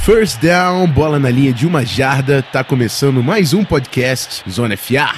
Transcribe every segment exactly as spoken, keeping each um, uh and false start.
First down, bola na linha de uma jarda, tá começando mais um podcast Zona F A.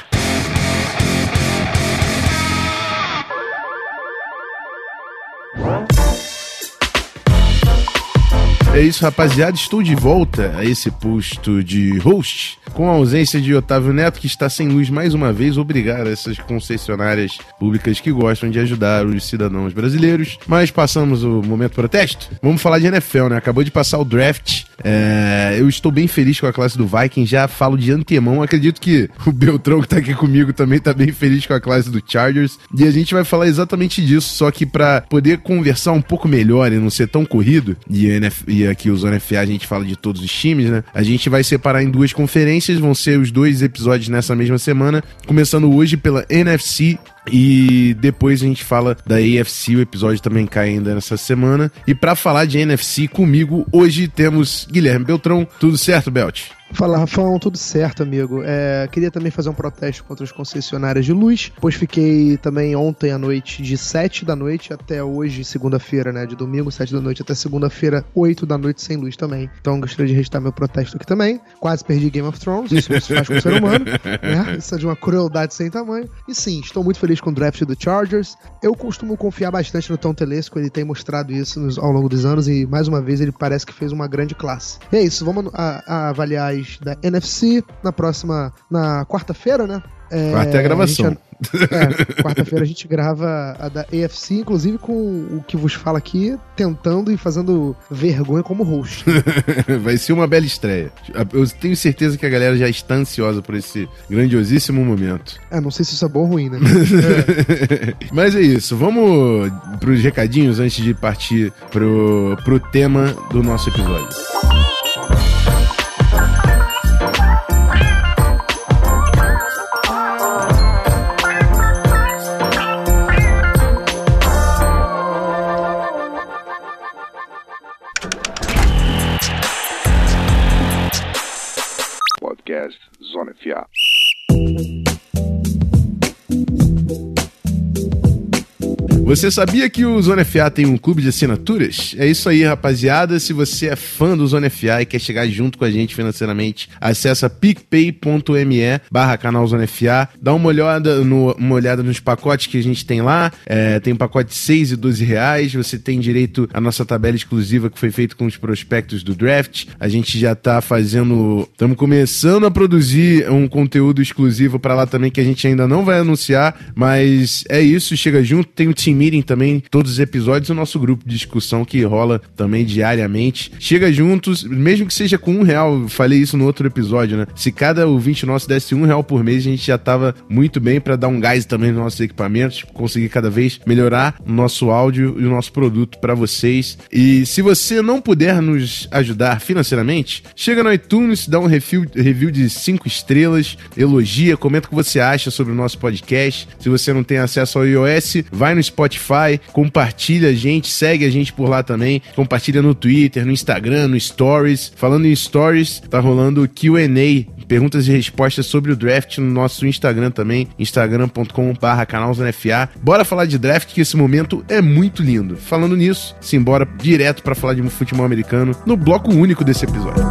É isso, rapaziada, estou de volta a esse posto de host, com a ausência de Otávio Neto, que está sem luz mais uma vez. Obrigado a essas concessionárias públicas que gostam de ajudar os cidadãos brasileiros. Mas passamos o momento protesto. Vamos falar de N F L, né? Acabou de passar o draft. É... Eu estou bem feliz com a classe do Vikings, já falo de antemão. Acredito que o Beltrão, que está aqui comigo, também está bem feliz com a classe do Chargers. E a gente vai falar exatamente disso, só que para poder conversar um pouco melhor e não ser tão corrido, e a N F L... E aqui o Zona F A a gente fala de todos os times, né? A gente vai separar em duas conferências, vão ser os dois episódios nessa mesma semana, começando hoje pela N F C e depois a gente fala da A F C, o episódio também cai ainda nessa semana. E pra falar de N F C comigo, hoje temos Guilherme Beltrão. Tudo certo, Belt? Fala, Rafão, tudo certo, amigo. É, queria também fazer um protesto contra as concessionárias de luz, pois fiquei também ontem à noite, de sete da noite até hoje, segunda-feira, né? De domingo, sete da noite até segunda-feira, oito da noite, sem luz também. Então gostaria de registrar meu protesto aqui também. Quase perdi Game of Thrones, isso se faz com o ser humano, né? Isso é de uma crueldade sem tamanho. E sim, estou muito feliz com o draft do Chargers. Eu costumo confiar bastante no Tom Telesco, ele tem mostrado isso nos, ao longo dos anos e, mais uma vez, ele parece que fez uma grande classe. E é isso, vamos a, a avaliar as da N F C na próxima, na quarta-feira, né? É, Quarta é a gravação. A gente, é, quarta-feira a gente grava a da A F C, inclusive com o que vos fala aqui, tentando e fazendo vergonha como host. Vai ser uma bela estreia. Eu tenho certeza que a galera já está ansiosa por esse grandiosíssimo momento. É, não sei se isso é bom ou ruim, né? É. Mas é isso, vamos pros recadinhos antes de partir pro, pro tema do nosso episódio. Podcast Zona F A. Você sabia que o Zona F A tem um clube de assinaturas? É isso aí, rapaziada. Se você é fã do Zona F A e quer chegar junto com a gente financeiramente, acessa picpay.me barra canal Zona F A. Dá uma olhada, no, uma olhada nos pacotes que a gente tem lá. É, tem um pacote de seis e doze reais. Você tem direito à nossa tabela exclusiva que foi feita com os prospectos do draft. A gente já tá fazendo... Estamos começando a produzir um conteúdo exclusivo para lá também que a gente ainda não vai anunciar. Mas é isso, chega junto. Tem o Team Meeting também, todos os episódios, o nosso grupo de discussão que rola também diariamente. Chega juntos, mesmo que seja com um real, eu falei isso no outro episódio, né? Se cada ouvinte nosso desse um real por mês, a gente já tava muito bem para dar um gás também nos nossos equipamentos, conseguir cada vez melhorar o nosso áudio e o nosso produto para vocês. E se você não puder nos ajudar financeiramente, chega no iTunes, dá um review, review de cinco estrelas, elogia, comenta o que você acha sobre o nosso podcast. Se você não tem acesso ao iOS, vai no Spotify, compartilha a gente, segue a gente por lá também, compartilha no Twitter, no Instagram, no Stories. Falando em Stories, tá rolando Q and A, perguntas e respostas sobre o draft no nosso Instagram também, instagram ponto com barra canal Zona F A. Bora falar de draft, que esse momento é muito lindo. Falando nisso, simbora direto pra falar de futebol americano no bloco único desse episódio.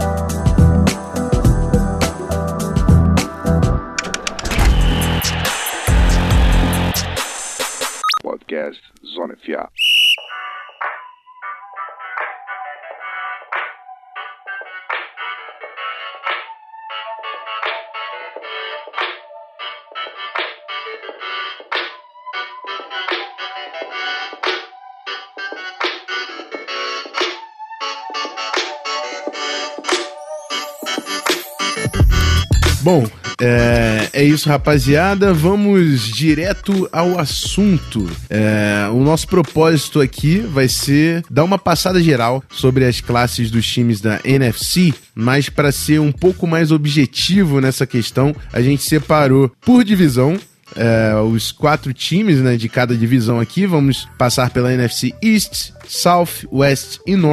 Podcast Zona F A. Bom, é, é isso, rapaziada. Vamos direto ao assunto. É, o nosso propósito aqui vai ser dar uma passada geral sobre as classes dos times da N F C, mas para ser um pouco mais objetivo nessa questão, a gente separou por divisão. É, os quatro times, né, de cada divisão aqui. Vamos passar pela N F C East, South, West e North.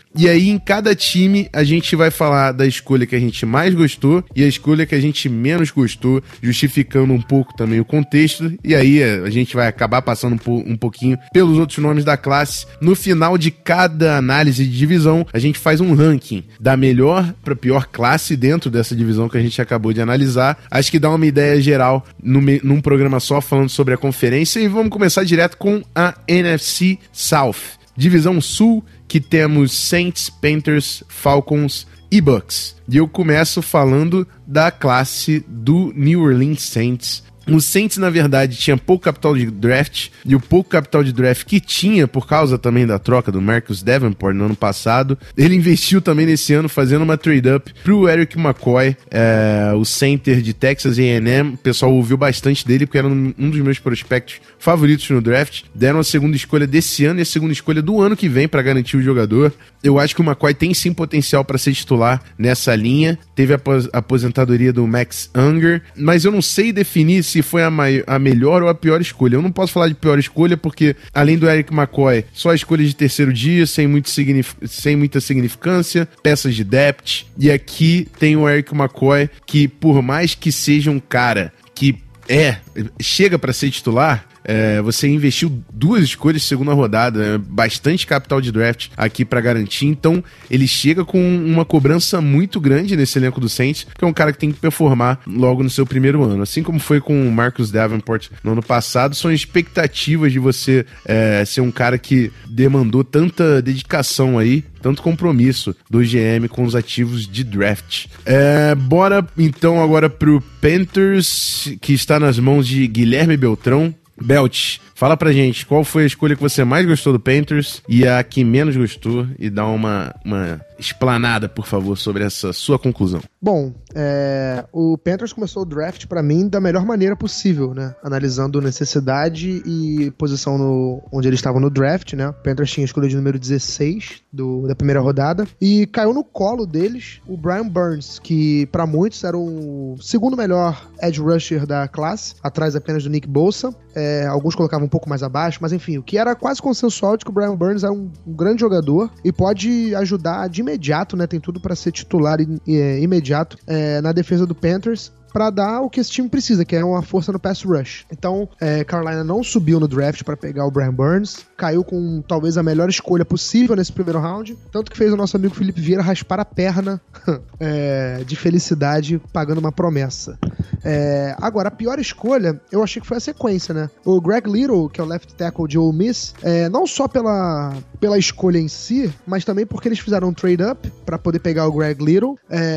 E aí, em cada time, a gente vai falar da escolha que a gente mais gostou e a escolha que a gente menos gostou, justificando um pouco também o contexto. E aí, a gente vai acabar passando um, po- um pouquinho pelos outros nomes da classe. No final de cada análise de divisão, a gente faz um ranking da melhor para pior classe dentro dessa divisão que a gente acabou de analisar. Acho que dá uma ideia geral no me- num programa só falando sobre a conferência. E vamos começar direto com a N F C South. Divisão Sul, que temos Saints, Panthers, Falcons e Bucks. E eu começo falando da classe do New Orleans Saints. O Saints, na verdade, tinha pouco capital de draft, e o pouco capital de draft que tinha, por causa também da troca do Marcus Davenport no ano passado, ele investiu também nesse ano fazendo uma trade-up pro Eric McCoy, é, o center de Texas A and M. O pessoal ouviu bastante dele, porque era um, um dos meus prospectos favoritos no draft. Deram a segunda escolha desse ano e a segunda escolha do ano que vem para garantir o jogador. Eu acho que o McCoy tem sim potencial para ser titular nessa linha. Teve a apos- aposentadoria do Max Unger, mas eu não sei definir se foi a, mai- a melhor ou a pior escolha. Eu não posso falar de pior escolha porque, além do Eric McCoy, só a escolha de terceiro dia, sem, muito signif- sem muita significância, peças de depth. E aqui tem o Eric McCoy, que por mais que seja um cara que é, chega para ser titular, É, você investiu duas escolhas de segunda rodada, é, bastante capital de draft aqui pra garantir, então ele chega com uma cobrança muito grande nesse elenco do Saints, que é um cara que tem que performar logo no seu primeiro ano, assim como foi com o Marcus Davenport no ano passado. São expectativas de você é, ser um cara que demandou tanta dedicação aí, tanto compromisso do G M com os ativos de draft. É, bora então agora pro Panthers, que está nas mãos de Guilherme Beltrão. Belt, fala pra gente, qual foi a escolha que você mais gostou do Panthers e a que menos gostou, e dá uma, uma explanada, por favor, sobre essa sua conclusão. Bom, é, o Panthers começou o draft pra mim da melhor maneira possível, né? Analisando necessidade e posição no, onde eles estavam no draft, né? O Panthers tinha a escolha de número dezesseis do, da primeira rodada e caiu no colo deles o Brian Burns, que pra muitos era o segundo melhor edge rusher da classe, atrás apenas do Nick Bosa. É, alguns colocavam um pouco mais abaixo, mas enfim, o que era quase consensual de que o Brian Burns é um, um grande jogador e pode ajudar de imediato, né? Tem tudo pra ser titular e, e, é, imediato é, na defesa do Panthers, pra dar o que esse time precisa, que é uma força no pass rush. Então, é, Carolina não subiu no draft pra pegar o Brian Burns, caiu com talvez a melhor escolha possível nesse primeiro round, tanto que fez o nosso amigo Felipe Vieira raspar a perna é, de felicidade pagando uma promessa. É, agora, a pior escolha, eu achei que foi a sequência, né? O Greg Little, que é o left tackle de Ole Miss, é, não só pela, pela escolha em si, mas também porque eles fizeram um trade-up pra poder pegar o Greg Little,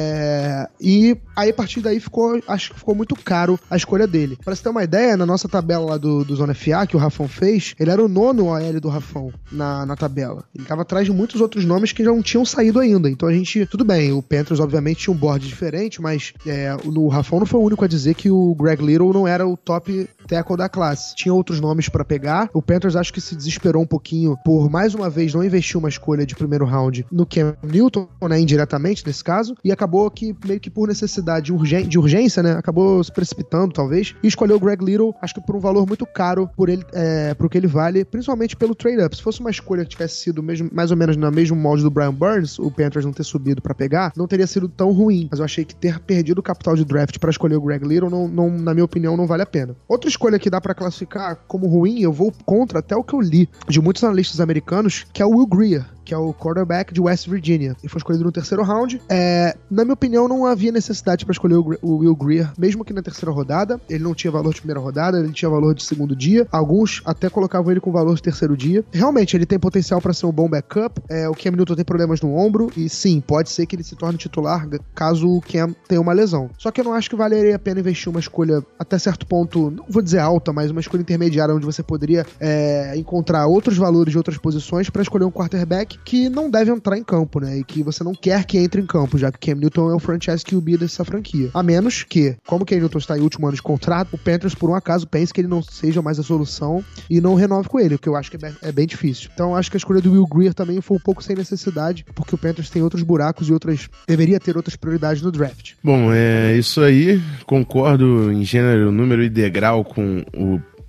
é, e aí a partir daí ficou, acho que ficou muito caro a escolha dele. Pra você ter uma ideia, na nossa tabela lá do, do Zona F A, que o Rafão fez, ele era o nono O L do Rafão na, na tabela. Ele tava atrás de muitos outros nomes que já não tinham saído ainda. Então a gente, tudo bem, o Panthers obviamente tinha um board diferente, mas é, o Rafão não foi o único a dizer que o Greg Little não era o top tackle da classe. Tinha outros nomes pra pegar. O Panthers acho que se desesperou um pouquinho por, mais uma vez, não investir uma escolha de primeiro round no Cam Newton, né, indiretamente nesse caso, e acabou que, meio que por necessidade de, urgen- de urgência, né, acabou se precipitando, talvez, e escolheu o Greg Little, acho que por um valor muito caro por ele, é, pro que ele vale, principalmente pelo trade-up. Se fosse uma escolha que tivesse sido mesmo, mais ou menos no mesmo molde do Brian Burns, o Panthers não ter subido pra pegar, não teria sido tão ruim, mas eu achei que ter perdido o capital de draft pra escolher o Greg Little, não, não, na minha opinião, não vale a pena. Outra escolha que dá pra classificar como ruim, eu vou contra até o que eu li de muitos analistas americanos, que é o Will Grier, que é o quarterback de West Virginia. Ele foi escolhido no terceiro round. É, na minha opinião, não havia necessidade para escolher o, o Will Grier, mesmo que na terceira rodada. Ele não tinha valor de primeira rodada, ele tinha valor de segundo dia. Alguns até colocavam ele com valor de terceiro dia. Realmente, ele tem potencial para ser um bom backup. É, o Cam Newton tem problemas no ombro e sim, pode ser que ele se torne titular caso o Cam tenha uma lesão. Só que eu não acho que valeria a pena investir uma escolha até certo ponto, não vou dizer alta, mas uma escolha intermediária onde você poderia é, encontrar outros valores de outras posições para escolher um quarterback que não deve entrar em campo, né? E que você não quer que entre em campo, já que Cam Newton é o franchise Q B dessa franquia. A menos que, como Cam Newton está em último ano de contrato, o Panthers, por um acaso, pense que ele não seja mais a solução e não renove com ele, o que eu acho que é bem, é bem difícil. Então, acho que a escolha do Will Grier também foi um pouco sem necessidade, porque o Panthers tem outros buracos e outras... deveria ter outras prioridades no draft. Bom, é isso aí. Concordo em gênero, número e degrau com o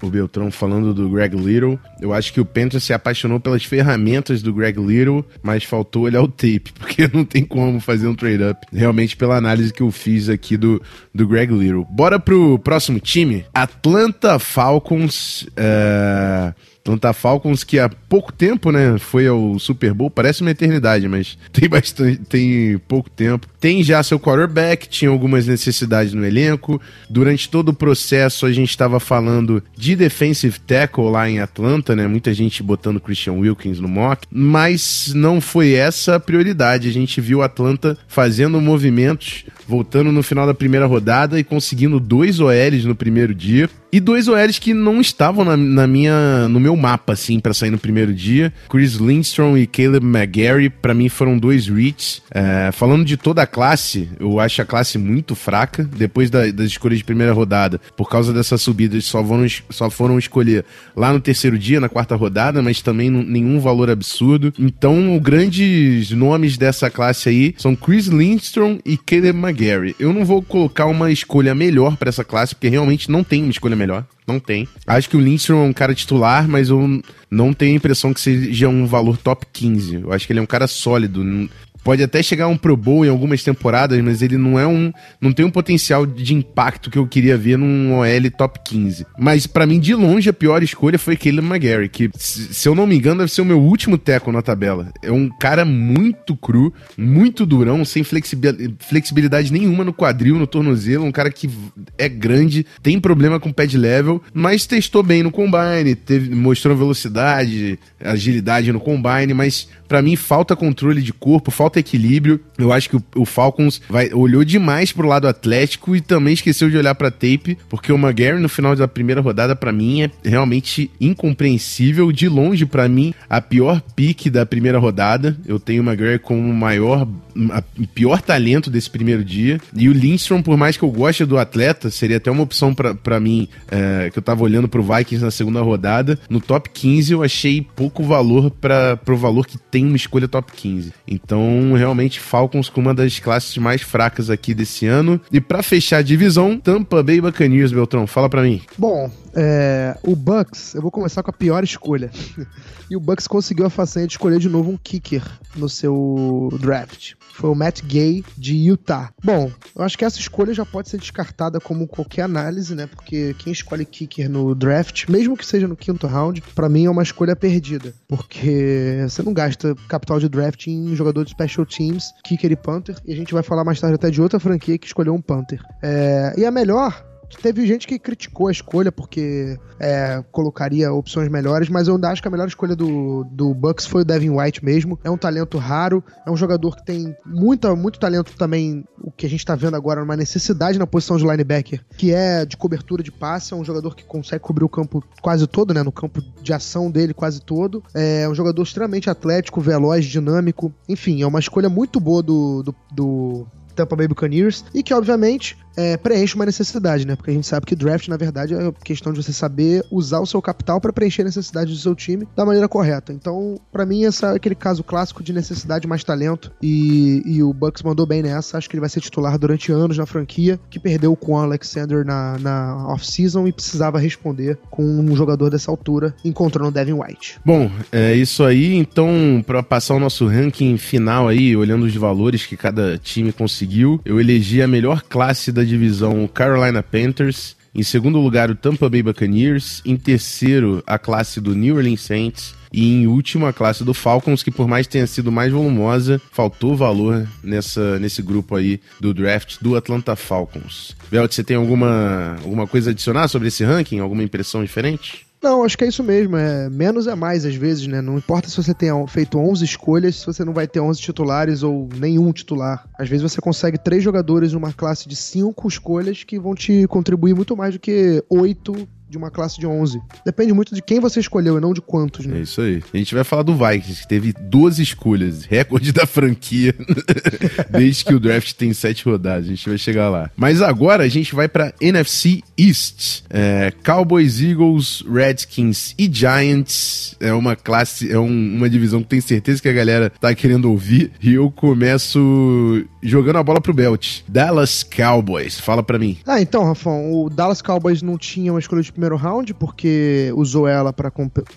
o Beltrão falando do Greg Little. Eu acho que o Panthers se apaixonou pelas ferramentas do Greg Little, mas faltou olhar o tape, porque não tem como fazer um trade-up, realmente pela análise que eu fiz aqui do, do Greg Little. Bora pro próximo time, Atlanta Falcons. É... Atlanta Falcons, que há pouco tempo, né, foi ao Super Bowl, parece uma eternidade, mas tem bastante, tem pouco tempo. Tem já seu quarterback, tinha algumas necessidades no elenco. Durante todo o processo a gente estava falando de defensive tackle lá em Atlanta, né, muita gente botando Christian Wilkins no mock, mas não foi essa a prioridade. A gente viu Atlanta fazendo movimentos, voltando no final da primeira rodada e conseguindo dois O Ls no primeiro dia. E dois O Ls que não estavam na, na minha, no meu mapa, assim, pra sair no primeiro dia. Chris Lindstrom e Caleb McGarry, pra mim, foram dois reads. É, falando de toda a classe, eu acho a classe muito fraca. Depois da, das escolhas de primeira rodada, por causa dessa subida, só foram, só foram escolher lá no terceiro dia, na quarta rodada, mas também n- nenhum valor absurdo. Então, os grandes nomes dessa classe aí são Chris Lindstrom e Caleb McGarry. Eu não vou colocar uma escolha melhor pra essa classe, porque realmente não tem uma escolha melhor. melhor, não tem. Acho que o Lindstrom é um cara titular, mas eu não tenho a impressão que seja um valor top quinze. Eu acho que ele é um cara sólido. Pode até chegar a um Pro Bowl em algumas temporadas, mas ele não é um, não tem um potencial de impacto que eu queria ver num O L top quinze. Mas pra mim, de longe, a pior escolha foi Caleb McGarry, que, se eu não me engano, deve ser o meu último tackle na tabela. É um cara muito cru, muito durão, sem flexibilidade nenhuma no quadril, no tornozelo, um cara que é grande, tem problema com pad level, mas testou bem no combine, teve, mostrou velocidade, agilidade no combine, mas pra mim falta controle de corpo, falta equilíbrio. Eu acho que o, o Falcons vai, olhou demais pro lado atlético e também esqueceu de olhar pra tape, porque o McGarry no final da primeira rodada pra mim é realmente incompreensível. De longe, pra mim, a pior pick da primeira rodada. Eu tenho o McGarry como o maior, a, pior talento desse primeiro dia. E o Lindstrom, por mais que eu goste do atleta, seria até uma opção pra, pra mim, é, que eu tava olhando pro Vikings na segunda rodada. No top quinze eu achei pouco valor pra, pro valor que tem uma escolha top quinze. Então, realmente, Falcons com uma das classes mais fracas aqui desse ano. E pra fechar a divisão, Tampa Bay Buccaneers, Beltrão, fala pra mim. Bom, é, o Bucs, eu vou começar com a pior escolha. E o Bucs conseguiu a façanha de escolher de novo um kicker no seu draft. Foi o Matt Gay, de Utah. Bom, eu acho que essa escolha já pode ser descartada como qualquer análise, né? Porque quem escolhe kicker no draft, mesmo que seja no quinto round, pra mim é uma escolha perdida. Porque você não gasta capital de draft em jogador de special teams, kicker e punter. E a gente vai falar mais tarde até de outra franquia que escolheu um punter. É, e a melhor... Teve gente que criticou a escolha porque é, colocaria opções melhores, mas eu ainda acho que a melhor escolha do, do Bucs foi o Devin White mesmo. É um talento raro, é um jogador que tem muita, muito talento também, o que a gente tá vendo agora, uma necessidade na posição de linebacker, que é de cobertura de passe. É um jogador que consegue cobrir o campo quase todo, né, no campo de ação dele quase todo. É um jogador extremamente atlético, veloz, dinâmico. Enfim, é uma escolha muito boa do... do, do Tampa Bay Buccaneers, e que obviamente é, preenche uma necessidade, né? Porque a gente sabe que draft, na verdade, é questão de você saber usar o seu capital para preencher a necessidade do seu time da maneira correta. Então, pra mim, esse é aquele caso clássico de necessidade mais talento, e, e o Bucs mandou bem nessa. Acho que ele vai ser titular durante anos na franquia, que perdeu com o Alexander na, na off-season e precisava responder com um jogador dessa altura, encontrando o Devin White. Bom, é isso aí. Então, para passar o nosso ranking final aí, olhando os valores que cada time conseguiu, eu elegi a melhor classe da divisão, o Carolina Panthers. Em segundo lugar, o Tampa Bay Buccaneers. Em terceiro, a classe do New Orleans Saints. E em último, a classe do Falcons, que por mais tenha sido mais volumosa, faltou valor nessa, nesse grupo aí do draft do Atlanta Falcons. Belt, você tem alguma, alguma coisa a adicionar sobre esse ranking? Alguma impressão diferente? Não, acho que é isso mesmo, é menos é mais às vezes, né? Não importa se você tenha feito onze escolhas, se você não vai ter onze titulares ou nenhum titular. Às vezes você consegue três jogadores numa classe de cinco escolhas que vão te contribuir muito mais do que oito de uma classe de onze. Depende muito de quem você escolheu e não de quantos, né? É isso aí. A gente vai falar do Vikings, que teve doze escolhas, recorde da franquia, desde que o draft tem sete rodadas. A gente vai chegar lá. Mas agora a gente vai pra N F C East. É, Cowboys, Eagles, Redskins e Giants. É uma classe, é um, uma divisão que tenho certeza que a galera tá querendo ouvir. E eu começo jogando a bola pro Belt. Dallas Cowboys, fala pra mim. Ah, então, Rafão, o Dallas Cowboys não tinha uma escolha de primeiro round, porque usou ela pra,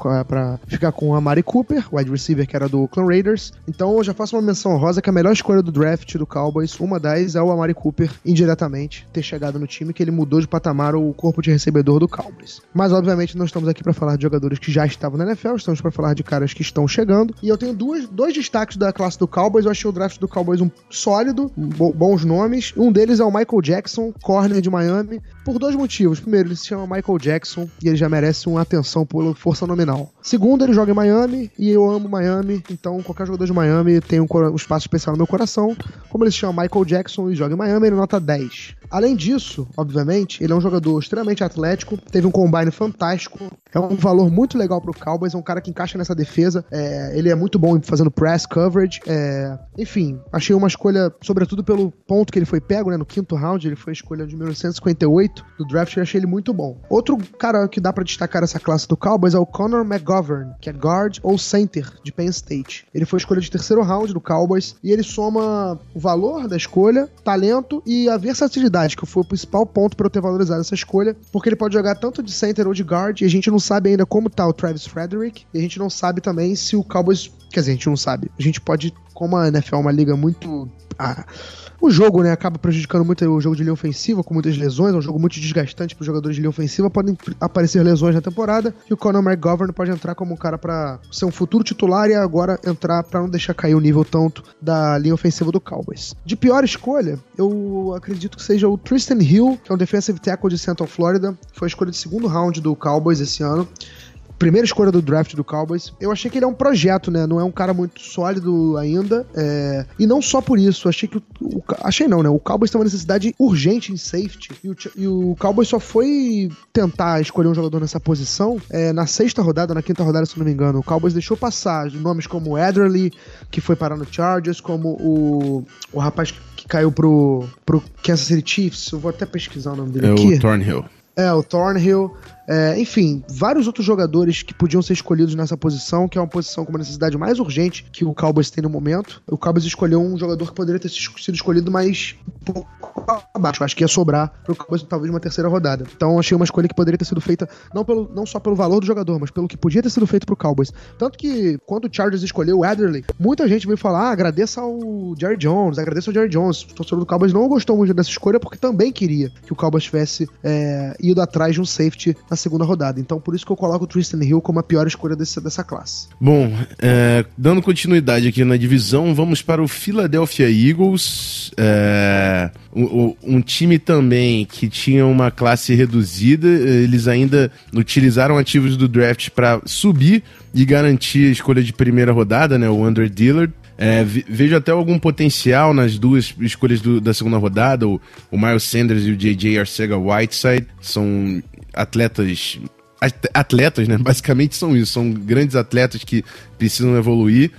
pra ficar com a Amari Cooper, wide receiver que era do Oakland Raiders. Então eu já faço uma menção honrosa que a melhor escolha do draft do Cowboys, uma das é o Amari Cooper, indiretamente, ter chegado no time, que ele mudou de patamar o corpo de recebedor do Cowboys. Mas, obviamente, não estamos aqui pra falar de jogadores que já estavam na N F L, estamos pra falar de caras que estão chegando. E eu tenho duas, dois destaques da classe do Cowboys. Eu achei o draft do Cowboys um sólido, bo- bons nomes. Um deles é o Michael Jackson, corner de Miami, por dois motivos. Primeiro, ele se chama Michael Jackson e ele já merece uma atenção por força nominal. Segundo, ele joga em Miami e eu amo Miami, então qualquer jogador de Miami tem um, um espaço especial no meu coração. Como ele se chama Michael Jackson e joga em Miami, ele nota dez. Além disso, obviamente, ele é um jogador extremamente atlético, teve um combine fantástico, é um valor muito legal pro Cowboys, é um cara que encaixa nessa defesa, é, ele é muito bom fazendo press coverage, é, enfim, achei uma escolha, sobretudo pelo ponto que ele foi pego, né, no quinto round, ele foi a escolha de mil novecentos e cinquenta e oito do draft, eu achei ele muito bom. Outro cara que dá pra destacar essa classe do Cowboys é o Connor McGovern, que é guard ou center de Penn State. Ele foi a escolha de terceiro round do Cowboys e ele soma o valor da escolha, talento e a versatilidade, que foi o principal ponto para eu ter valorizado essa escolha, porque ele pode jogar tanto de center ou de guard, e a gente não sabe ainda como tá o Travis Frederick, e a gente não sabe também se o Cowboys... Quer dizer, a gente não sabe. A gente pode, como a N F L é uma liga muito... Ah, o jogo, né, acaba prejudicando muito o jogo de linha ofensiva, com muitas lesões, é um jogo muito desgastante para os jogadores de linha ofensiva, podem aparecer lesões na temporada, e o Conor McGovern pode entrar como um cara para ser um futuro titular e agora entrar para não deixar cair o nível tanto da linha ofensiva do Cowboys. De pior escolha, eu acredito que seja o Tristan Hill, que é um defensive tackle de Central Florida, foi a escolha de segundo round do Cowboys esse ano. Primeira escolha do draft do Cowboys. Eu achei que ele é um projeto, né? Não é um cara muito sólido ainda. É... E não só por isso. Achei que... O... O... Achei não, né? O Cowboys tem uma necessidade urgente em safety. E o, e o Cowboys só foi tentar escolher um jogador nessa posição é, na sexta rodada, na quinta rodada, se não me engano. O Cowboys deixou passar nomes como o Adderley, que foi parar no Chargers, como o, o rapaz que, que caiu pro, pro Kansas City Chiefs. Eu vou até pesquisar o nome dele é aqui. É o Thornhill. É, o Thornhill. É, enfim, vários outros jogadores que podiam ser escolhidos nessa posição, que é uma posição com uma necessidade mais urgente que o Cowboys tem no momento. O Cowboys escolheu um jogador que poderia ter sido escolhido mais um pouco abaixo. Eu acho que ia sobrar pro Cowboys talvez uma terceira rodada. Então achei uma escolha que poderia ter sido feita não, pelo, não só pelo valor do jogador, mas pelo que podia ter sido feito pro Cowboys. Tanto que quando o Chargers escolheu o Adderley, muita gente veio falar, ah, agradeça ao Jerry Jones, agradeça ao Jerry Jones. O torcedor do Cowboys não gostou muito dessa escolha porque também queria que o Cowboys tivesse é, ido atrás de um safety na segunda rodada. Então por isso que eu coloco o Tristan Hill como a pior escolha desse, dessa classe. Bom, é, dando continuidade aqui na divisão, vamos para o Philadelphia Eagles, é, um, um time também que tinha uma classe reduzida. Eles ainda utilizaram ativos do draft para subir e garantir a escolha de primeira rodada, né, o Andre Dillard. É, vejo até algum potencial nas duas escolhas do, da segunda rodada, o, o Miles Sanders e o J J Arcega-Whiteside, são atletas... Atletas, né? Basicamente são isso, são grandes atletas que precisam evoluir,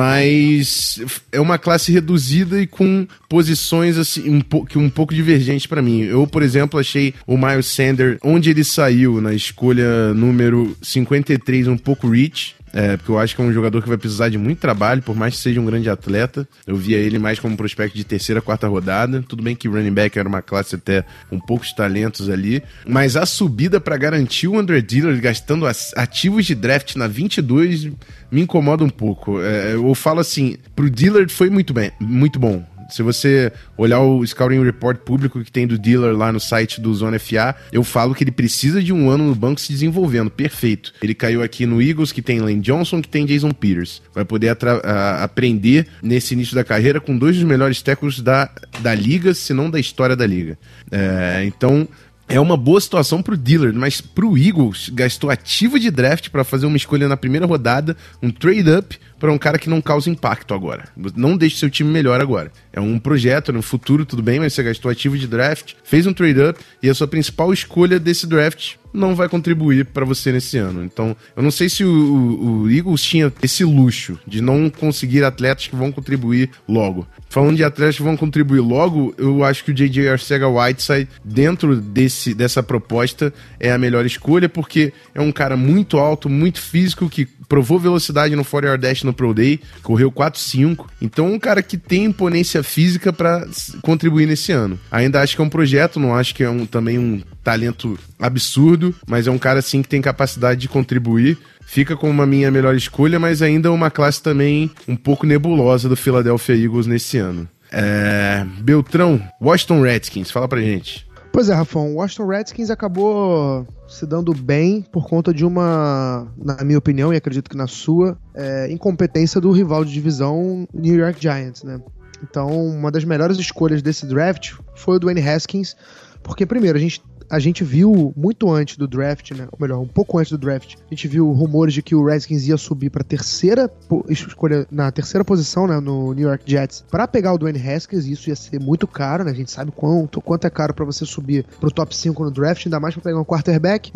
mas é uma classe reduzida e com posições assim, um, po- um pouco divergentes para mim. Eu, por exemplo, achei o Miles Sanders, onde ele saiu na escolha número cinquenta e três, um pouco reach. É, porque eu acho que é um jogador que vai precisar de muito trabalho, por mais que seja um grande atleta. Eu via ele mais como um prospecto de terceira, quarta rodada. Tudo bem que running back era uma classe até com poucos talentos ali, mas a subida para garantir o Andre Dillard gastando ativos de draft na vinte e dois me incomoda um pouco. É, eu falo assim, pro Dillard foi muito bem, muito bom. Se você olhar o Scouting Report público que tem do Dillard lá no site do Zona F A, eu falo que ele precisa de um ano no banco se desenvolvendo, perfeito. Ele caiu aqui no Eagles, que tem Lane Johnson, que tem Jason Peters. Vai poder atra- a- aprender nesse início da carreira com dois dos melhores tackles da, da liga, se não da história da liga. É, então... É uma boa situação pro Dillard, mas pro Eagles gastou ativo de draft para fazer uma escolha na primeira rodada, um trade-up para um cara que não causa impacto agora. Não deixe seu time melhor agora. É um projeto no futuro, tudo bem, mas você gastou ativo de draft, fez um trade-up e a sua principal escolha desse draft não vai contribuir para você nesse ano. Então, eu não sei se o, o, o Eagles tinha esse luxo de não conseguir atletas que vão contribuir logo. Falando de atletas que vão contribuir logo, eu acho que o J J Arcega-Whiteside, dentro desse, dessa proposta, é a melhor escolha, porque é um cara muito alto, muito físico, que provou velocidade no quarenta yard dash no Pro Day, correu quatro cinco. Então, um cara que tem imponência física para contribuir nesse ano. Ainda acho que é um projeto, não acho que é um, também um talento absurdo, mas é um cara, sim, que tem capacidade de contribuir. Fica como uma minha melhor escolha, mas ainda uma classe também um pouco nebulosa do Philadelphia Eagles nesse ano. É... Beltrão, Washington Redskins, fala pra gente. Pois é, Rafão, o Washington Redskins acabou se dando bem por conta de uma, na minha opinião, e acredito que na sua, é, incompetência do rival de divisão New York Giants, né? Então, uma das melhores escolhas desse draft foi o Dwayne Haskins, porque, primeiro, a gente A gente viu muito antes do draft, né? Ou melhor, um pouco antes do draft, a gente viu rumores de que o Redskins ia subir para terceira escolha, na terceira posição, né, no New York Jets, para pegar o Dwayne Haskins, e isso ia ser muito caro, né? A gente sabe quanto, quanto é caro para você subir pro top cinco no draft, ainda mais para pegar um quarterback.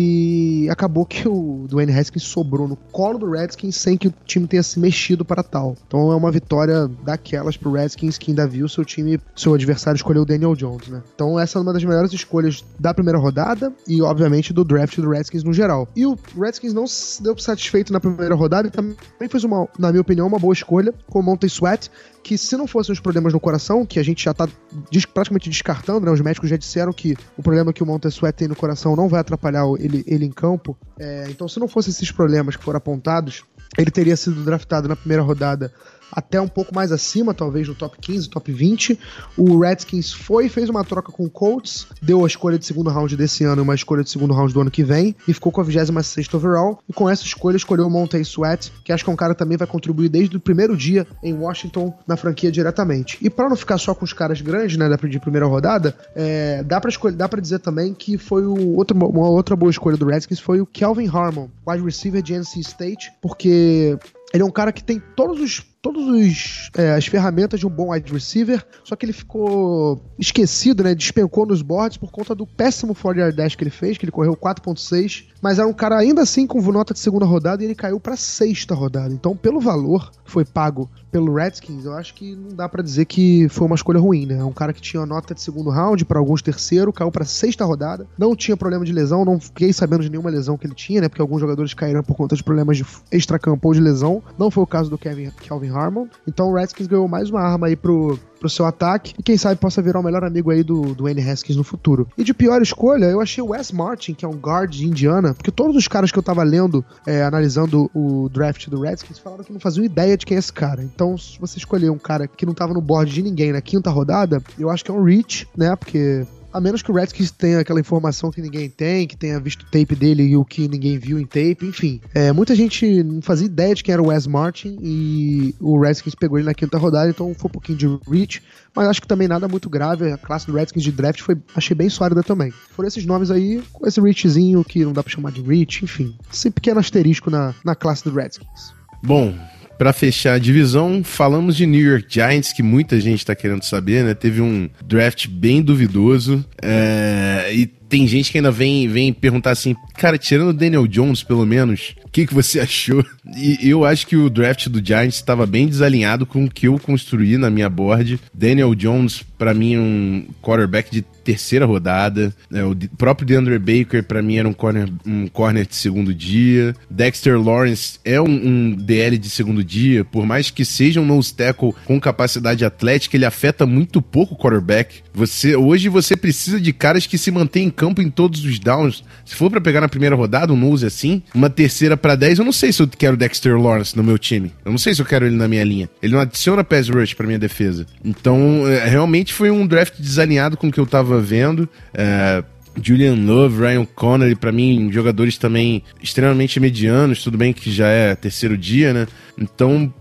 E acabou que o Dwayne Haskins sobrou no colo do Redskins sem que o time tenha se mexido para tal. Então é uma vitória daquelas pro Redskins, que ainda viu seu time, seu adversário escolher o Daniel Jones, né? Então essa é uma das melhores escolhas da primeira rodada e, obviamente, do draft do Redskins no geral. E o Redskins não se deu satisfeito na primeira rodada e também fez, uma, na minha opinião, uma boa escolha com o Montez Sweat, que, se não fossem os problemas no coração, que a gente já tá des- praticamente descartando, né? Os médicos já disseram que o problema que o Montez Sweat tem no coração não vai atrapalhar ele, ele em campo. É, então, se não fossem esses problemas que foram apontados, ele teria sido draftado na primeira rodada até um pouco mais acima, talvez no top quinze, top vinte. O Redskins foi e fez uma troca com o Colts, deu a escolha de segundo round desse ano e uma escolha de segundo round do ano que vem, e ficou com a vigésima sexta overall, e com essa escolha escolheu o Montez Sweat, que acho que é um cara que também vai contribuir desde o primeiro dia em Washington, na franquia diretamente. E para não ficar só com os caras grandes, né, de primeira rodada, é, dá pra escolher, dá pra dizer também que foi o outro, uma outra boa escolha do Redskins foi o Kelvin Harmon, wide receiver de N C State, porque ele é um cara que tem todos os todas é, as ferramentas de um bom wide receiver, só que ele ficou esquecido, né, despencou nos boards por conta do péssimo quarenta yard dash que ele fez, que ele correu quatro ponto seis, mas era um cara ainda assim com nota de segunda rodada e ele caiu pra sexta rodada. Então, pelo valor que foi pago pelo Redskins, eu acho que não dá pra dizer que foi uma escolha ruim, né? É um cara que tinha nota de segundo round, pra alguns terceiro, caiu pra sexta rodada, não tinha problema de lesão, não fiquei sabendo de nenhuma lesão que ele tinha, né? Porque alguns jogadores caíram por conta de problemas de extracampo ou de lesão. Não foi o caso do Kevin, Kelvin Harmon. Então o Redskins ganhou mais uma arma aí pro, pro seu ataque, e quem sabe possa virar o melhor amigo aí do, do Dwayne Haskins no futuro. E de pior escolha, eu achei o Wes Martin, que é um guard de Indiana, porque todos os caras que eu tava lendo, é, analisando o draft do Redskins, falaram que não faziam ideia de quem é esse cara. Então, se você escolher um cara que não tava no board de ninguém na quinta rodada, eu acho que é um reach, né, porque a menos que o Redskins tenha aquela informação que ninguém tem, que tenha visto o tape dele e o que ninguém viu em tape, enfim. É, muita gente não fazia ideia de quem era o Wes Martin e o Redskins pegou ele na quinta rodada, então foi um pouquinho de reach, mas acho que também nada muito grave. A classe do Redskins de draft foi, achei bem sólida também. Foram esses nomes aí, com esse reachzinho que não dá pra chamar de reach, enfim. Esse pequeno asterisco na, na classe do Redskins. Bom, pra fechar a divisão, falamos de New York Giants, que muita gente tá querendo saber, né? Teve um draft bem duvidoso, é... e tem gente que ainda vem, vem perguntar assim, cara, tirando o Daniel Jones, pelo menos, o que, que você achou? E eu acho que o draft do Giants estava bem desalinhado com o que eu construí na minha board. Daniel Jones, pra mim, é um quarterback de terceira rodada. É, o próprio DeAndre Baker, pra mim, era um corner, um corner de segundo dia. Dexter Lawrence é um, um D L de segundo dia. Por mais que seja um nose tackle com capacidade atlética, ele afeta muito pouco o quarterback. Você, hoje você precisa de caras que se mantêm em campo em todos os downs. Se for pra pegar na primeira rodada um nose assim, uma terceira pra dez, eu não sei se eu quero Dexter Lawrence no meu time. Eu não sei se eu quero ele na minha linha. Ele não adiciona pass rush pra minha defesa. Então, é, realmente foi um draft desalinhado com o que eu tava vendo. É... Julian Love, Ryan Connery, pra mim, jogadores também extremamente medianos, tudo bem que já é terceiro dia, né? Então,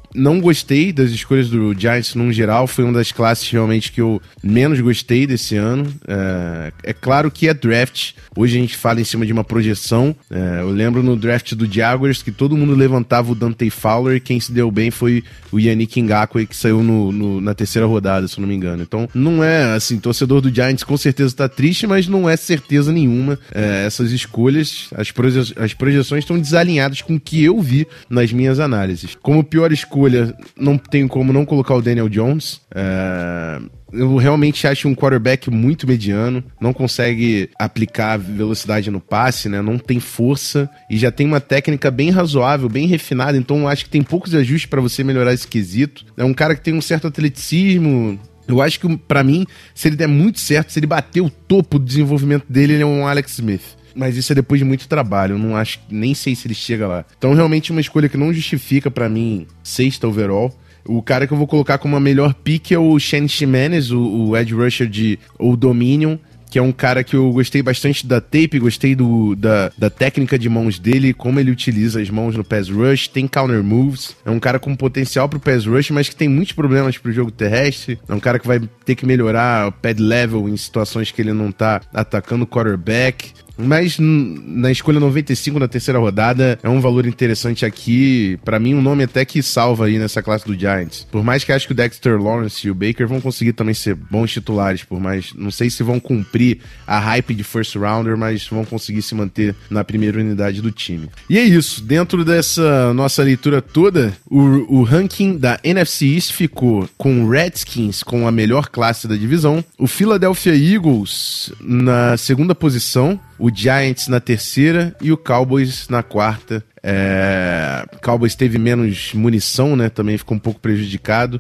não gostei das escolhas do Giants no geral, foi uma das classes realmente que eu menos gostei desse ano. É, é claro que é draft, hoje a gente fala em cima de uma projeção. É, eu lembro no draft do Jaguars que todo mundo levantava o Dante Fowler e quem se deu bem foi o Yannick Ngakoue, que saiu no, no, na terceira rodada, se eu não me engano. Então não é assim, torcedor do Giants com certeza tá triste, mas não é certeza nenhuma é, essas escolhas, as, proje- as projeções estão desalinhadas com o que eu vi nas minhas análises. Como pior escolha, não tenho como não colocar o Daniel Jones. É... Eu realmente acho um quarterback muito mediano, não consegue aplicar velocidade no passe, né? Não tem força e já tem uma técnica bem razoável, bem refinada, então acho que tem poucos ajustes para você melhorar esse quesito. É um cara que tem um certo atleticismo. Eu acho que, pra mim, se ele der muito certo, se ele bater o topo do desenvolvimento dele, ele é um Alex Smith. Mas isso é depois de muito trabalho, eu não acho, nem sei se ele chega lá. Então, realmente, uma escolha que não justifica, pra mim, sexta overall. O cara que eu vou colocar como a melhor pick é o Shane Ximenez, o, o edge rusher de Old Dominion, que é um cara que eu gostei bastante da tape, gostei do, da, da técnica de mãos dele, como ele utiliza as mãos no pass rush, tem counter moves, é um cara com potencial pro pass rush, mas que tem muitos problemas pro jogo terrestre, é um cara que vai ter que melhorar o pad level em situações que ele não tá atacando o quarterback. Mas na escolha noventa e cinco na terceira rodada é um valor interessante aqui. Pra mim, um nome até que salva aí nessa classe do Giants. Por mais que acho que o Dexter Lawrence e o Baker vão conseguir também ser bons titulares, por mais, não sei se vão cumprir a hype de first rounder, mas vão conseguir se manter na primeira unidade do time. E é isso, dentro dessa nossa leitura toda, o, o ranking da N F C East ficou com o Redskins com a melhor classe da divisão, o Philadelphia Eagles na segunda posição, o Giants na terceira e o Cowboys na quarta. É... O Cowboys teve menos munição, né? Também ficou um pouco prejudicado,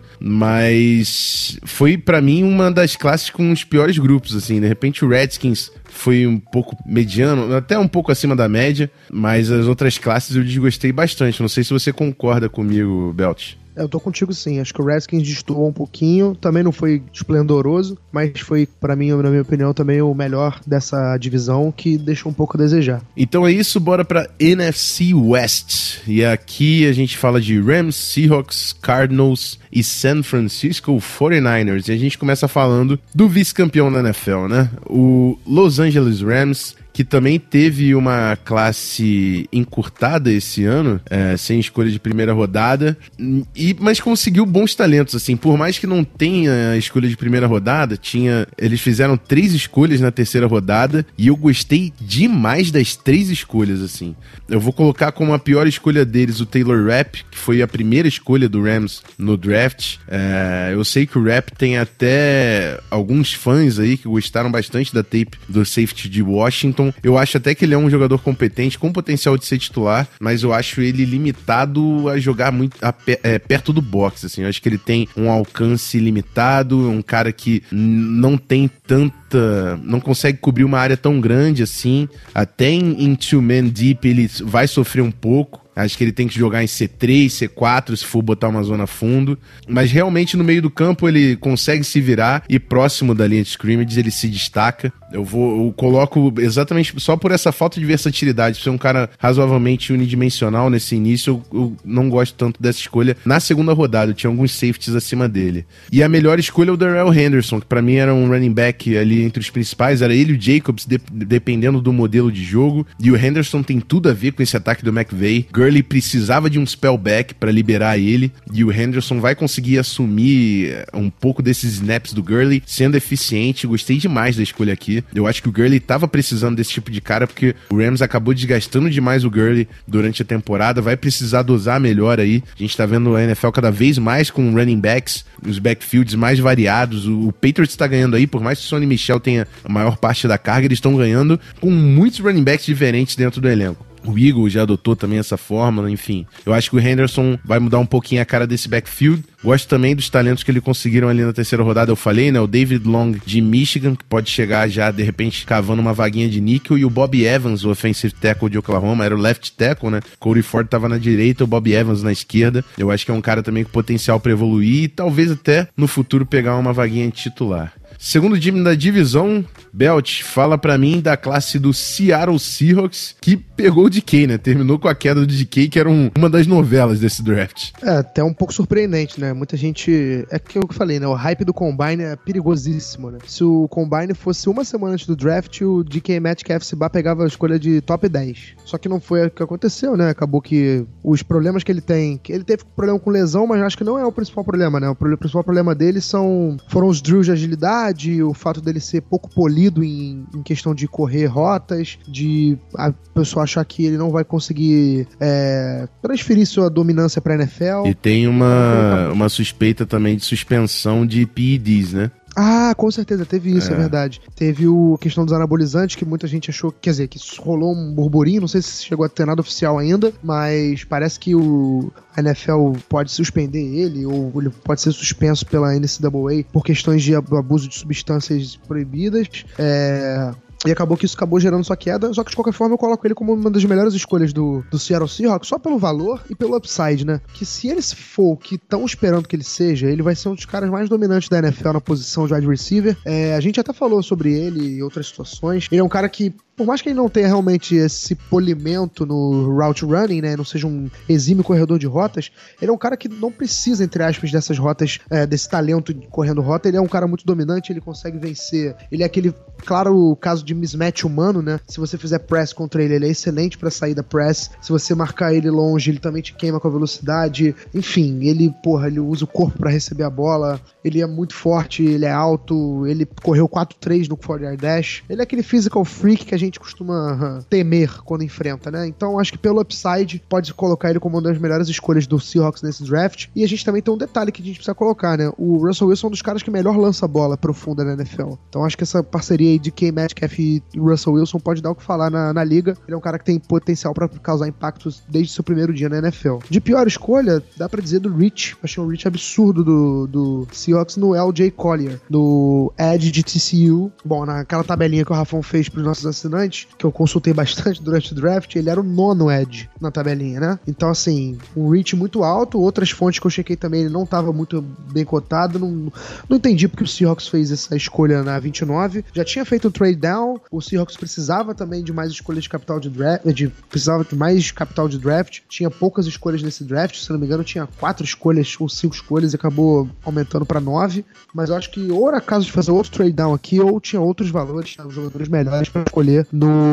mas foi pra mim uma das classes com os piores grupos, assim. De repente o Redskins foi um pouco mediano, até um pouco acima da média, mas as outras classes eu desgostei bastante. Não sei se você concorda comigo, Belt. Eu tô contigo sim, acho que o Redskins destoou um pouquinho, também não foi esplendoroso, mas foi, pra mim, na minha opinião, também o melhor dessa divisão, que deixou um pouco a desejar. Então é isso, bora pra N F C West, e aqui a gente fala de Rams, Seahawks, Cardinals e San Francisco forty-niners, e a gente começa falando do vice-campeão da N F L, né? O Los Angeles Rams, que também teve uma classe encurtada esse ano, é, sem escolha de primeira rodada, e, mas conseguiu bons talentos, assim, por mais que não tenha a escolha de primeira rodada, tinha, eles fizeram três escolhas na terceira rodada, e eu gostei demais das três escolhas, assim. Eu vou colocar como a pior escolha deles o Taylor Rapp, que foi a primeira escolha do Rams no draft. É, eu sei que o Rapp tem até alguns fãs aí que gostaram bastante da tape do safety de Washington. Eu acho até que ele é um jogador competente, com potencial de ser titular, mas eu acho ele limitado a jogar muito a, é, perto do box, assim. Eu acho que ele tem um alcance limitado, um cara que não tem tanta... não consegue cobrir uma área tão grande assim. Até em, em two-man deep ele vai sofrer um pouco. Acho que ele tem que jogar em C três, C quatro, se for botar uma zona fundo. Mas realmente no meio do campo ele consegue se virar e próximo da linha de scrimmage ele se destaca. Eu vou, eu coloco exatamente só por essa falta de versatilidade. Ser um cara razoavelmente unidimensional nesse início, eu, eu não gosto tanto dessa escolha. Na segunda rodada eu tinha alguns safeties acima dele. E a melhor escolha é o Darrell Henderson, que pra mim era um running back ali entre os principais. Era ele e o Jacobs, de, dependendo do modelo de jogo. E o Henderson tem tudo a ver com esse ataque do McVay. Gurley precisava de um spellback para liberar ele, e o Henderson vai conseguir assumir um pouco desses snaps do Gurley, sendo eficiente. Gostei demais da escolha aqui. Eu acho que o Gurley tava precisando desse tipo de cara, porque o Rams acabou desgastando demais o Gurley durante a temporada, vai precisar dosar melhor aí. A gente tá vendo a N F L cada vez mais com running backs, os backfields mais variados. O Patriots tá ganhando aí, por mais que o Sonny Michel tenha a maior parte da carga, eles estão ganhando com muitos running backs diferentes dentro do elenco. O Eagle já adotou também essa fórmula, enfim. Eu acho que o Henderson vai mudar um pouquinho a cara desse backfield. Gosto também dos talentos que eles conseguiram ali na terceira rodada, eu falei, né? O David Long de Michigan, que pode chegar já, de repente, cavando uma vaguinha de níquel. E o Bobby Evans, o offensive tackle de Oklahoma, era o left tackle, né? Cody Ford tava na direita, o Bobby Evans na esquerda. Eu acho que é um cara também com potencial para evoluir e talvez até no futuro pegar uma vaguinha de titular. Segundo time da divisão, Belt, fala pra mim da classe do Seattle Seahawks, que pegou o D K, né? Terminou com a queda do D K, que era um, uma das novelas desse draft. É, até um pouco surpreendente, né? Muita gente... É que eu falei, né? O hype do Combine é perigosíssimo, né? Se o Combine fosse uma semana antes do draft, o D K Metcalf se bá pegava a escolha de top dez. Só que não foi o que aconteceu, né? Acabou que os problemas que ele tem... Que ele teve problema com lesão, mas acho que não é o principal problema, né? O principal problema dele são, foram os drills de agilidade, o fato dele ser pouco polido em, em questão de correr rotas, de a pessoa achar que ele não vai conseguir é, transferir sua dominância pra N F L. E tem uma, uma suspeita também de suspensão de P E Ds, né? Ah, com certeza, teve isso, é, é verdade. Teve o, a questão dos anabolizantes, que muita gente achou, quer dizer, que rolou um burburinho, não sei se chegou a ter nada oficial ainda, mas parece que o a N F L pode suspender ele, ou ele pode ser suspenso pela N C A A por questões de abuso de substâncias proibidas. É... E acabou que isso acabou gerando sua queda, só que de qualquer forma eu coloco ele como uma das melhores escolhas do, do Seattle Seahawks, só pelo valor e pelo upside, né? Que se ele for o que estão esperando que ele seja, ele vai ser um dos caras mais dominantes da N F L na posição de wide receiver. É, a gente até falou sobre ele em outras situações. Ele é um cara que, por mais que ele não tenha realmente esse polimento no route running, né, não seja um exímio corredor de rotas, ele é um cara que não precisa, entre aspas, dessas rotas, é, desse talento de correndo rota. Ele é um cara muito dominante, ele consegue vencer. Ele é aquele, claro, caso de mismatch humano, né? Se você fizer press contra ele, ele é excelente pra sair da press. Se você marcar ele longe, ele também te queima com a velocidade. Enfim, ele, porra, ele usa o corpo pra receber a bola. Ele é muito forte, ele é alto, ele correu quatro três no quarenta yard dash. Ele é aquele physical freak que a gente costuma uh, temer quando enfrenta, né? Então acho que pelo upside pode colocar ele como uma das melhores escolhas do Seahawks nesse draft. E a gente também tem um detalhe que a gente precisa colocar, né? O Russell Wilson é um dos caras que melhor lança a bola profunda na N F L. Então acho que essa parceria aí de K. Metcalf e Russell Wilson pode dar o que falar na, na liga. Ele é um cara que tem potencial pra causar impactos desde seu primeiro dia na N F L. De pior escolha, dá pra dizer do Rich. Achei um Rich absurdo do, do Seahawks no L J Collier, do Edge de T C U. Bom, naquela tabelinha que o Rafão fez pros nossos assinantes, que eu consultei bastante durante o draft, ele era o nono Edge na tabelinha, né? Então, assim, um Rich muito alto. Outras fontes que eu chequei também, ele não tava muito bem cotado. Não, não entendi porque o Seahawks fez essa escolha na vinte e nove. Já tinha feito um trade down. O Seahawks precisava também de mais escolhas de capital de draft, de, precisava de mais capital de draft. Tinha poucas escolhas nesse draft, se não me engano, tinha quatro escolhas ou cinco escolhas e acabou aumentando pra nove. Mas eu acho que ou era caso de fazer outro trade down aqui, ou tinha outros valores, né, jogadores melhores pra escolher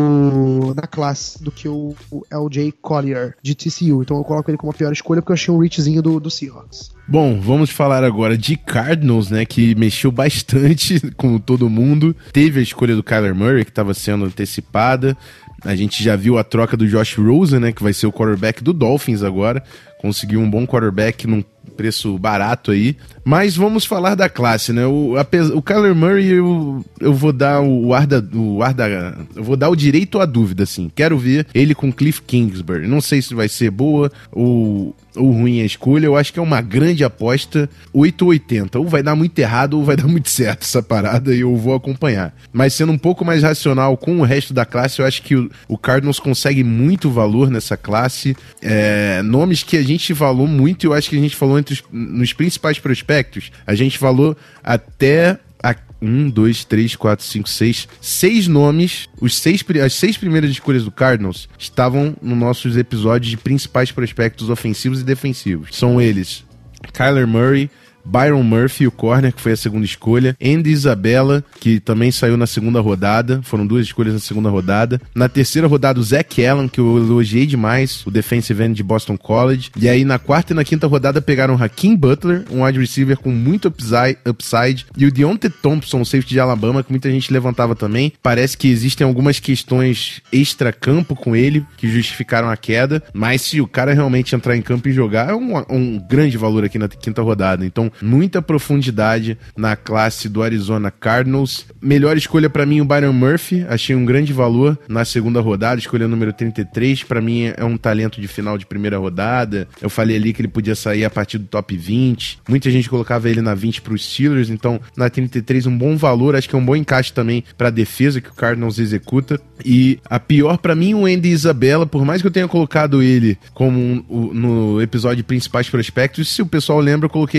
no, na classe do que o, o L J Collier de T C U. Então eu coloco ele como a pior escolha porque eu achei um reachzinho do, do Seahawks. Bom, vamos falar agora de Cardinals, né, que mexeu bastante com todo mundo. Teve a escolha do Kyler Murray, que estava sendo antecipada. A gente já viu a troca do Josh Rosen, né, que vai ser o quarterback do Dolphins agora. Conseguiu um bom quarterback num preço barato aí. Mas vamos falar da classe, né? O, a, o Kyler Murray, eu, eu vou dar o ar da, o ar da... Eu vou dar o direito à dúvida, assim. Quero ver ele com Cliff Kingsbury. Não sei se vai ser boa ou, ou ruim a escolha. Eu acho que é uma grande aposta. oito ou oitenta. Ou vai dar muito errado ou vai dar muito certo essa parada e eu vou acompanhar. Mas sendo um pouco mais racional com o resto da classe, eu acho que o, o Cardinals consegue muito valor nessa classe. É, nomes que a gente falou muito e eu acho que a gente falou entre os, nos principais prospectos. A gente falou até a um, dois, três, quatro, cinco, seis. Seis nomes. Os seis, as seis primeiras escolhas do Cardinals estavam nos nossos episódios de principais prospectos ofensivos e defensivos. São eles: Kyler Murray, Byron Murphy, o corner, que foi a segunda escolha, Andy Isabella, que também saiu na segunda rodada, foram duas escolhas na segunda rodada. Na terceira rodada, o Zach Allen, que eu elogiei demais, o defensive end de Boston College. E aí, na quarta e na quinta rodada, pegaram o Hakeem Butler, um wide receiver com muito upside, upside e o Deontay Thompson, o safety de Alabama, que muita gente levantava também. Parece que existem algumas questões extra-campo com ele, que justificaram a queda, mas se o cara realmente entrar em campo e jogar, é um, um grande valor aqui na quinta rodada. Então, muita profundidade na classe do Arizona Cardinals. Melhor escolha pra mim o Byron Murphy, achei um grande valor na segunda rodada, escolha número trinta e três, pra mim é um talento de final de primeira rodada. Eu falei ali que ele podia sair a partir do top vinte, muita gente colocava ele na vinte pros Steelers, então na trinta e três um bom valor, acho que é um bom encaixe também pra defesa que o Cardinals executa. E a pior pra mim o Andy Isabella, por mais que eu tenha colocado ele como um, um, no episódio de principais prospectos, se o pessoal lembra, eu coloquei ele pro terceiro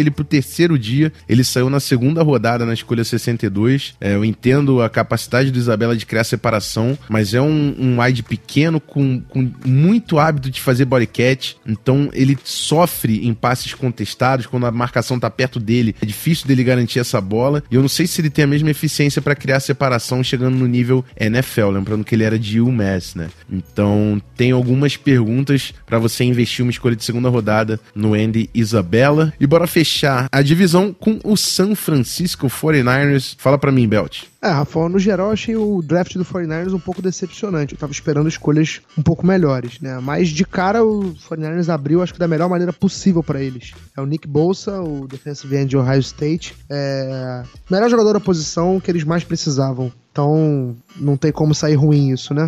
terceiro dia, ele saiu na segunda rodada na escolha sessenta e dois. É, eu entendo a capacidade do Isabella de criar separação, mas é um, um wide pequeno com, com muito hábito de fazer body catch, então ele sofre em passes contestados, quando a marcação tá perto dele, é difícil dele garantir essa bola, e eu não sei se ele tem a mesma eficiência para criar separação chegando no nível N F L, lembrando que ele era de UMass, né? Então tem algumas perguntas para você investir uma escolha de segunda rodada no Andy Isabella. E bora fechar a divisão com o San Francisco forty-niners. Fala pra mim, Belt. É, Rafael, no geral, achei o draft do forty-niners um pouco decepcionante. Eu tava esperando escolhas um pouco melhores, né? Mas de cara, o forty-niners abriu, acho que da melhor maneira possível pra eles. É o Nick Bosa, o defensive end de Ohio State. É o melhor jogador da posição que eles mais precisavam. Então, não tem como sair ruim isso, né?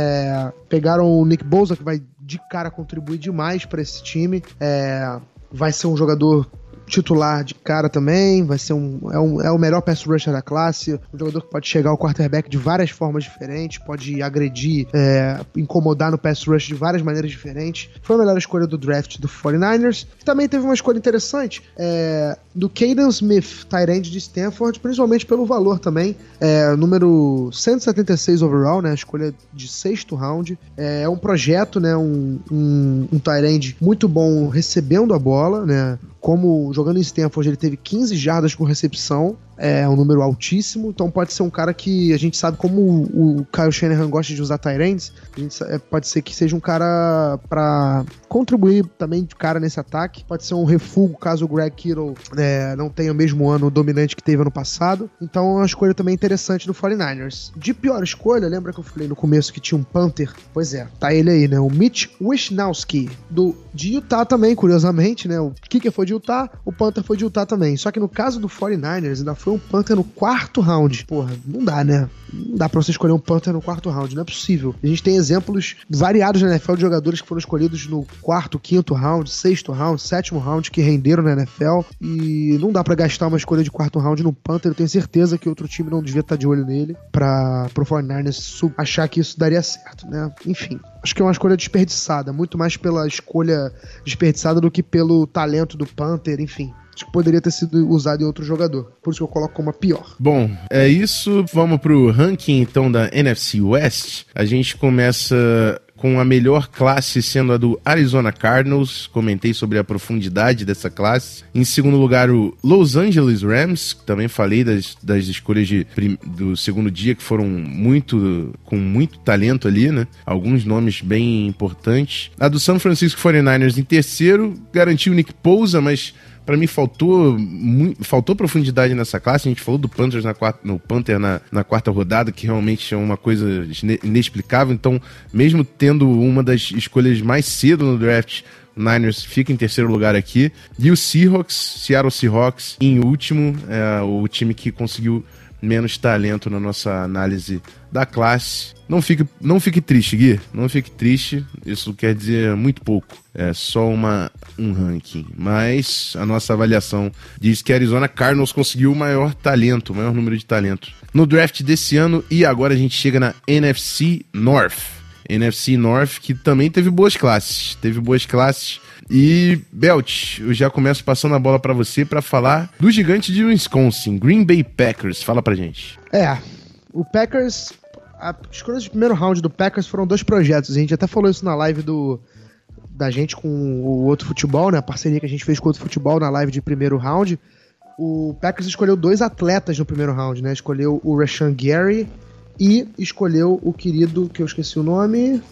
É, pegaram o Nick Bosa, que vai de cara contribuir demais pra esse time. É, vai ser um jogador titular de cara também, vai ser um é, um, é o melhor pass rusher da classe, um jogador que pode chegar ao quarterback de várias formas diferentes, pode agredir, é, incomodar no pass rush de várias maneiras diferentes. Foi a melhor escolha do draft do forty-niners. Também teve uma escolha interessante é, do Caden Smith, tight end de Stanford, principalmente pelo valor também, é, número cento e setenta e seis overall, né, a escolha de sexto round. É, é um projeto, né, um, um, um tight end muito bom recebendo a bola, né, como jogando em Stanford ele teve quinze jardas por recepção, é um número altíssimo, então pode ser um cara que a gente sabe como o, o Kyle Shanahan gosta de usar tight ends, a gente, é, pode ser que seja um cara para contribuir também de cara nesse ataque, pode ser um refúgio caso o Greg Kittle é, não tenha o mesmo ano dominante que teve ano passado, então é uma escolha também interessante do forty-niners. De pior escolha, lembra que eu falei no começo que tinha um Panther? Pois é, tá ele aí, né, o Mitch Wishnowsky, do, de Utah também, curiosamente, né, o kicker foi de Utah, o Panther foi de Utah também, só que no caso do forty-niners ainda foi um Panther no quarto round. Porra, não dá, né? Não dá pra você escolher um Panther no quarto round, não é possível. A gente tem exemplos variados na N F L de jogadores que foram escolhidos no quarto, quinto round, sexto round, sétimo round, que renderam na N F L, e não dá pra gastar uma escolha de quarto round no Panther. Eu tenho certeza que outro time não devia estar de olho nele pra pro forty-niners achar que isso daria certo, né? Enfim, acho que é uma escolha desperdiçada, muito mais pela escolha desperdiçada do que pelo talento do Panther, enfim. Acho que poderia ter sido usado em outro jogador. Por isso que eu coloco como a pior. Bom, é isso. Vamos pro ranking, então, da N F C West. A gente começa com a melhor classe sendo a do Arizona Cardinals. Comentei sobre a profundidade dessa classe. Em segundo lugar, o Los Angeles Rams. Também falei das, das escolhas de, do segundo dia, que foram muito com muito talento ali, né? Alguns nomes bem importantes. A do San Francisco forty-niners em terceiro. Garantiu o Nick Bosa, mas pra mim faltou, muito, faltou profundidade nessa classe. A gente falou do Panthers na quarta, no Panther na, na quarta rodada, que realmente é uma coisa inexplicável. Então, mesmo tendo uma das escolhas mais cedo no draft, o Niners fica em terceiro lugar aqui. E o Seahawks, Seattle Seahawks, em último, é o time que conseguiu menos talento na nossa análise da classe. Não fique, não fique triste, Gui. Não fique triste. Isso quer dizer muito pouco. É só uma, um ranking. Mas a nossa avaliação diz que a Arizona Cardinals conseguiu o maior talento, o maior número de talentos no draft desse ano. E agora a gente chega na N F C North. N F C North, que também teve boas classes. Teve boas classes. E, Belt, eu já começo passando a bola pra você pra falar do gigante de Wisconsin, Green Bay Packers. Fala pra gente. É, o Packers... As escolhas de primeiro round do Packers foram dois projetos. A gente até falou isso na live do, da gente com o Outro Futebol, né? A parceria que a gente fez com o Outro Futebol na live de primeiro round. O Packers escolheu dois atletas no primeiro round, né? Escolheu o Rashan Gary e escolheu o querido, que eu esqueci o nome...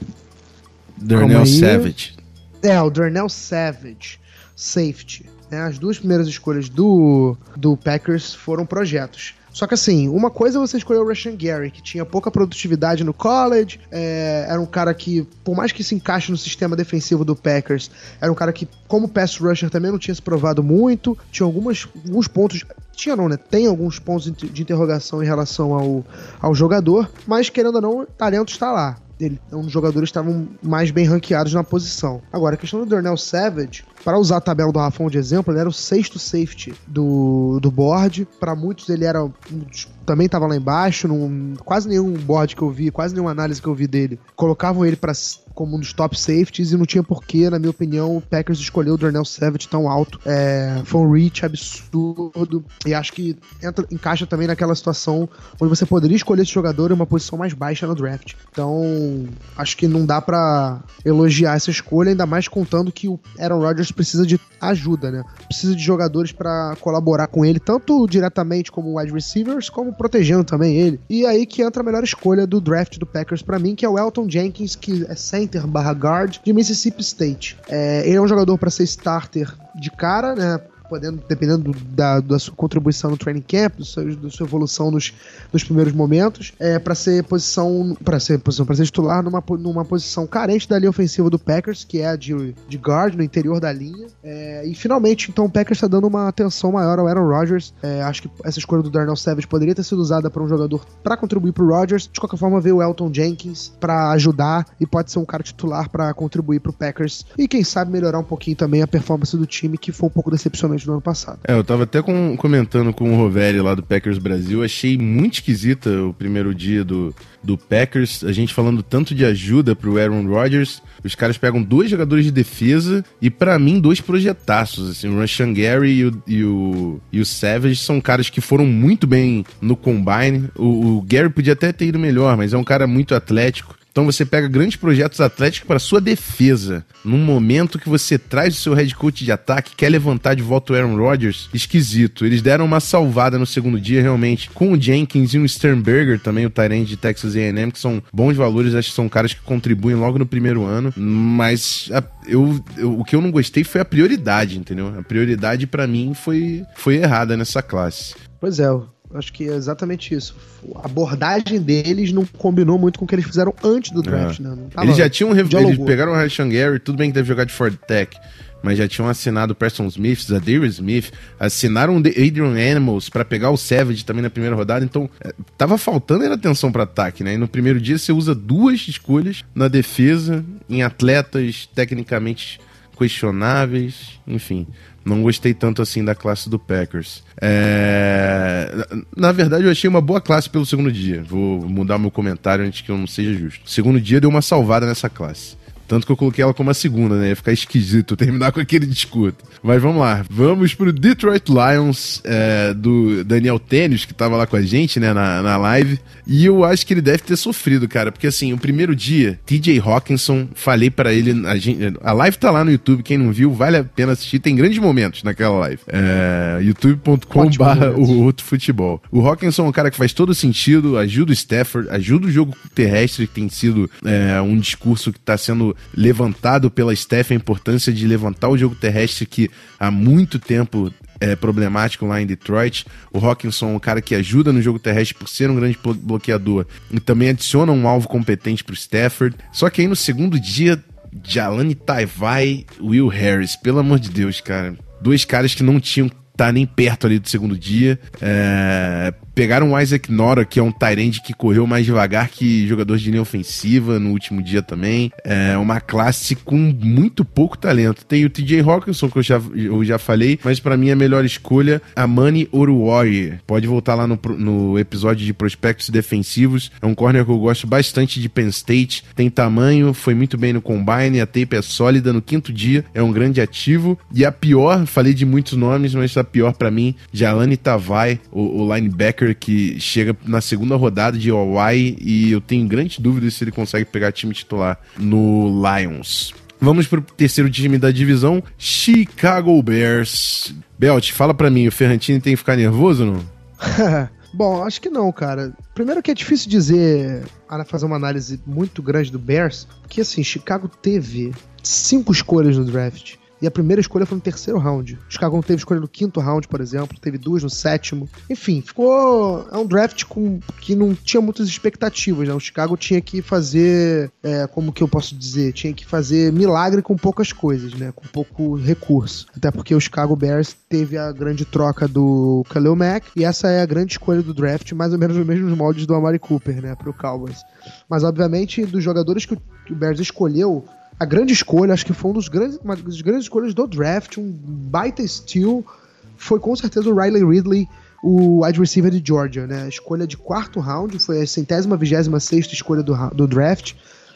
Darnell Savage. É, o Darnell Savage, safety. Né? As duas primeiras escolhas do, do Packers foram projetos. Só que assim, uma coisa é você escolher o Rashan Gary, que tinha pouca produtividade no college, é, era um cara que, por mais que se encaixe no sistema defensivo do Packers, era um cara que, como pass rusher, também não tinha se provado muito, tinha algumas, alguns pontos... Tinha não, né? Tem alguns pontos de interrogação em relação ao, ao jogador, mas querendo ou não, o talento está lá. Ele, um dos jogadores estavam mais bem ranqueados na posição. Agora, a questão do Darnell Savage para usar a tabela do Rafão de exemplo, ele era o sexto safety do, do board. Para muitos ele era um dos, também estava lá embaixo, num, quase nenhum board que eu vi, quase nenhuma análise que eu vi dele colocavam ele para como um dos top safeties, e não tinha porquê, na minha opinião, o Packers escolheu o Darnell Savage tão alto. É, foi um reach absurdo, e acho que entra, encaixa também naquela situação onde você poderia escolher esse jogador em uma posição mais baixa no draft. Então, acho que não dá pra elogiar essa escolha, ainda mais contando que o Aaron Rodgers precisa de ajuda, né? Precisa de jogadores pra colaborar com ele, tanto diretamente como wide receivers, como protegendo também ele. E aí que entra a melhor escolha do draft do Packers pra mim, que é o Elgton Jenkins, que é center barra guard de Mississippi State. É, ele é um jogador para ser starter de cara, né? Podendo, dependendo da, da sua contribuição no training camp, do seu, da sua evolução nos, nos primeiros momentos, é, para ser posição, para ser posição, para ser titular numa, numa posição carente da linha ofensiva do Packers, que é a de, de guard, no interior da linha. É, e finalmente, então, o Packers está dando uma atenção maior ao Aaron Rodgers. É, acho que essa escolha do Darnell Savage poderia ter sido usada para um jogador para contribuir para o Rodgers. De qualquer forma, veio o Elgton Jenkins para ajudar e pode ser um cara titular para contribuir para o Packers e quem sabe melhorar um pouquinho também a performance do time, que foi um pouco decepcionante no ano passado. É, eu tava até com, comentando com o Roveri lá do Packers Brasil, achei muito esquisita o primeiro dia do, do Packers, a gente falando tanto de ajuda pro Aaron Rodgers, os caras pegam dois jogadores de defesa e pra mim dois projetaços, assim, o Rashan Gary e o, e o, e o Savage são caras que foram muito bem no Combine, o, o Gary podia até ter ido melhor, mas é um cara muito atlético. Então você pega grandes projetos atléticos para sua defesa, num momento que você traz o seu head coach de ataque, quer levantar de volta o Aaron Rodgers, esquisito. Eles deram uma salvada no segundo dia, realmente, com o Jenkins e o Sternberger também, o tight end de Texas A and M, que são bons valores, acho que são caras que contribuem logo no primeiro ano, mas a, eu, eu, o que eu não gostei foi a prioridade, entendeu? A prioridade para mim foi, foi errada nessa classe. Pois é, acho que é exatamente isso. A abordagem deles não combinou muito com o que eles fizeram antes do draft, é. né? Não eles já tinham... Rev... Eles pegaram o Rashan Gary, tudo bem que deve jogar de Ford Tech, mas já tinham assinado o Preston Smith, Zadarius Smith, assinaram o Adrian Animals pra pegar o Savage também na primeira rodada, então é, tava faltando era atenção pra ataque, né? E no primeiro dia você usa duas escolhas na defesa, em atletas tecnicamente questionáveis, enfim... Não gostei tanto assim da classe do Packers. É... Na verdade, eu achei uma boa classe pelo segundo dia. Vou mudar meu comentário antes que eu não seja justo. O segundo dia deu uma salvada nessa classe. Tanto que eu coloquei ela como a segunda, né? Ia ficar esquisito terminar com aquele discurso. Mas vamos lá. Vamos pro Detroit Lions, é, do Daniel Tênis, que tava lá com a gente, né, na, na live. E eu acho que ele deve ter sofrido, cara. Porque, assim, o primeiro dia, T J Hawkinson, falei pra ele... A, gente, a live tá lá no YouTube, quem não viu, vale a pena assistir. Tem grandes momentos naquela live. É, youtube ponto com barra o outro futebol. O Hawkinson é um cara que faz todo sentido, ajuda o Stafford, ajuda o jogo terrestre, que tem sido é, um discurso que tá sendo... levantado pela Steph, a importância de levantar o jogo terrestre que há muito tempo é problemático lá em Detroit. O Hawkinson é um cara que ajuda no jogo terrestre por ser um grande bloqueador e também adiciona um alvo competente pro Stafford. Só que aí no segundo dia, Jahlani Tavai, Will Harris, pelo amor de Deus, cara, dois caras que não tinham tá nem perto ali do segundo dia. É... Pegaram o Isaac Nora, que é um tight end que correu mais devagar que jogador de linha ofensiva no último dia também. É uma classe com muito pouco talento. Tem o T J Hawkinson, que eu já, eu já falei, mas pra mim a melhor escolha, Amani Oruwari. Pode voltar lá no, no episódio de prospectos defensivos. É um corner que eu gosto bastante de Penn State. Tem tamanho, foi muito bem no Combine, a tape é sólida. No quinto dia é um grande ativo. E a pior, falei de muitos nomes, mas a pior pra mim, Jahlani Tavai, o, o linebacker que chega na segunda rodada de Hawaii, e eu tenho grandes dúvidas se ele consegue pegar time titular no Lions. Vamos pro terceiro time da divisão, Chicago Bears. Belt, fala pra mim, o Ferrantini tem que ficar nervoso ou não? Bom, acho que não, cara. Primeiro que é difícil dizer, fazer uma análise muito grande do Bears, porque assim, Chicago teve cinco escolhas no draft. E a primeira escolha foi no terceiro round. O Chicago não teve escolha no quinto round, por exemplo. Teve duas no sétimo. Enfim, ficou... É um draft com... que não tinha muitas expectativas, né? O Chicago tinha que fazer... É, como que eu posso dizer? Tinha que fazer milagre com poucas coisas, né? Com pouco recurso. Até porque o Chicago Bears teve a grande troca do Khalil Mack. E essa é a grande escolha do draft, mais ou menos nos mesmos moldes do Amari Cooper, né? Pro Cowboys. Mas, obviamente, dos jogadores que o Bears escolheu... a grande escolha, acho que foi um dos grandes, uma das grandes escolhas do draft, um baita steal, foi com certeza o Riley Ridley, o wide receiver de Georgia, né? A escolha de quarto round, foi a centésima, vigésima sexta escolha do, do draft.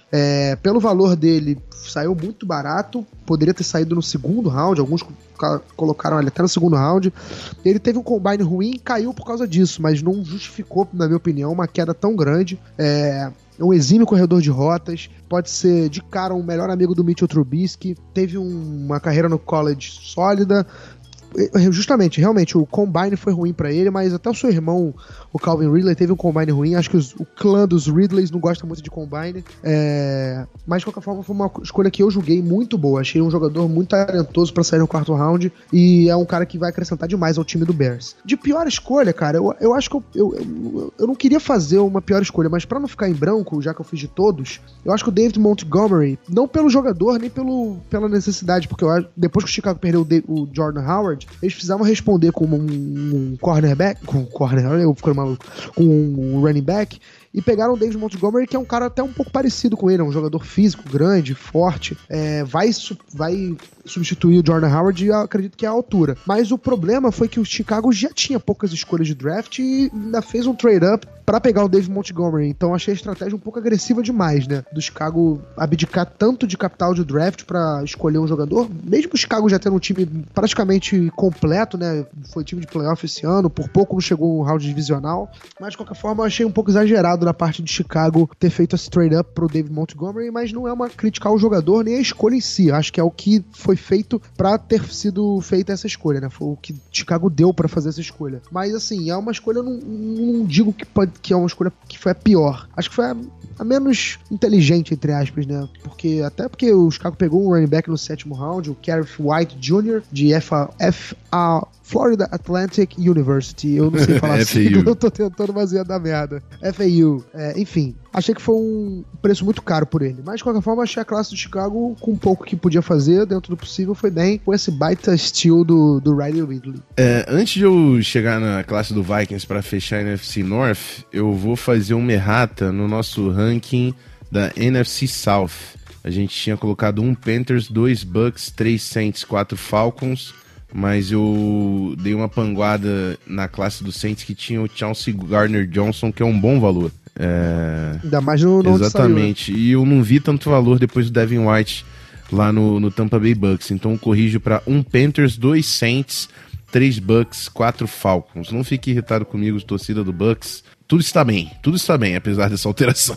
É, pelo valor dele, saiu muito barato, poderia ter saído no segundo round, alguns colocaram ele até no segundo round. Ele teve um combine ruim e caiu por causa disso, mas não justificou, na minha opinião, uma queda tão grande. É um exímio corredor de rotas, pode ser de cara um melhor amigo do Mitchell Trubisky, teve um, uma carreira no college sólida. Justamente, realmente, o combine foi ruim pra ele, mas até o seu irmão, o Calvin Ridley, teve um combine ruim. Acho que os, o clã dos Ridleys não gosta muito de combine. É... Mas, de qualquer forma, foi uma escolha que eu julguei muito boa. Achei um jogador muito talentoso pra sair no quarto round e é um cara que vai acrescentar demais ao time do Bears. De pior escolha, cara, eu, eu acho que eu, eu, eu, eu não queria fazer uma pior escolha, mas pra não ficar em branco, já que eu fiz de todos, eu acho que o David Montgomery, não pelo jogador, nem pelo, pela necessidade, porque eu acho, depois que o Chicago perdeu o, De, o Jordan Howard, eles precisavam responder com um, um cornerback, com um corner, eu fico maluco, com um running back, e pegaram o David Montgomery, que é um cara até um pouco parecido com ele, é um jogador físico, grande, forte, é, vai, vai substituir o Jordan Howard e eu acredito que é a altura. Mas o problema foi que o Chicago já tinha poucas escolhas de draft e ainda fez um trade-up pra pegar o David Montgomery, então achei a estratégia um pouco agressiva demais, né, do Chicago abdicar tanto de capital de draft pra escolher um jogador, mesmo o Chicago já tendo um time praticamente completo, né, foi time de playoff esse ano, por pouco não chegou um round divisional, mas de qualquer forma eu achei um pouco exagerado da parte de Chicago ter feito esse trade-up pro David Montgomery, mas não é uma crítica ao jogador nem a escolha em si, acho que é o que foi feito pra ter sido feita essa escolha, né, foi o que Chicago deu pra fazer essa escolha, mas assim, é uma escolha, eu não, não digo que pode que é uma escolha que foi a pior. Acho que foi a, a menos inteligente, entre aspas, né? Porque, até porque o Chicago pegou um running back no sétimo round, o Kerrith White Júnior, de F A, F A Florida Atlantic University. Eu não sei falar assim, eu tô tentando, mas ia dar merda. F A U. É, enfim, achei que foi um preço muito caro por ele. Mas, de qualquer forma, achei a classe do Chicago, com um pouco que podia fazer, dentro do possível, foi bem, com esse baita steal do, do Riley Ridley. É, antes de eu chegar na classe do Vikings para fechar a N F C North, eu vou fazer uma errata no nosso ranking da N F C South. A gente tinha colocado um Panthers, dois Bucks, três Saints, quatro Falcons, mas eu dei uma panguada na classe do Saints que tinha o Chauncey Gardner-Johnson, que é um bom valor. É... Ainda mais no, no Exatamente, saiu, né? E eu não vi tanto valor depois do Devin White lá no, no Tampa Bay Bucks, então eu corrijo para um Panthers, dois Saints, três Bucks, quatro Falcons. Não fique irritado comigo, torcida do Bucks. Tudo está bem, tudo está bem, apesar dessa alteração.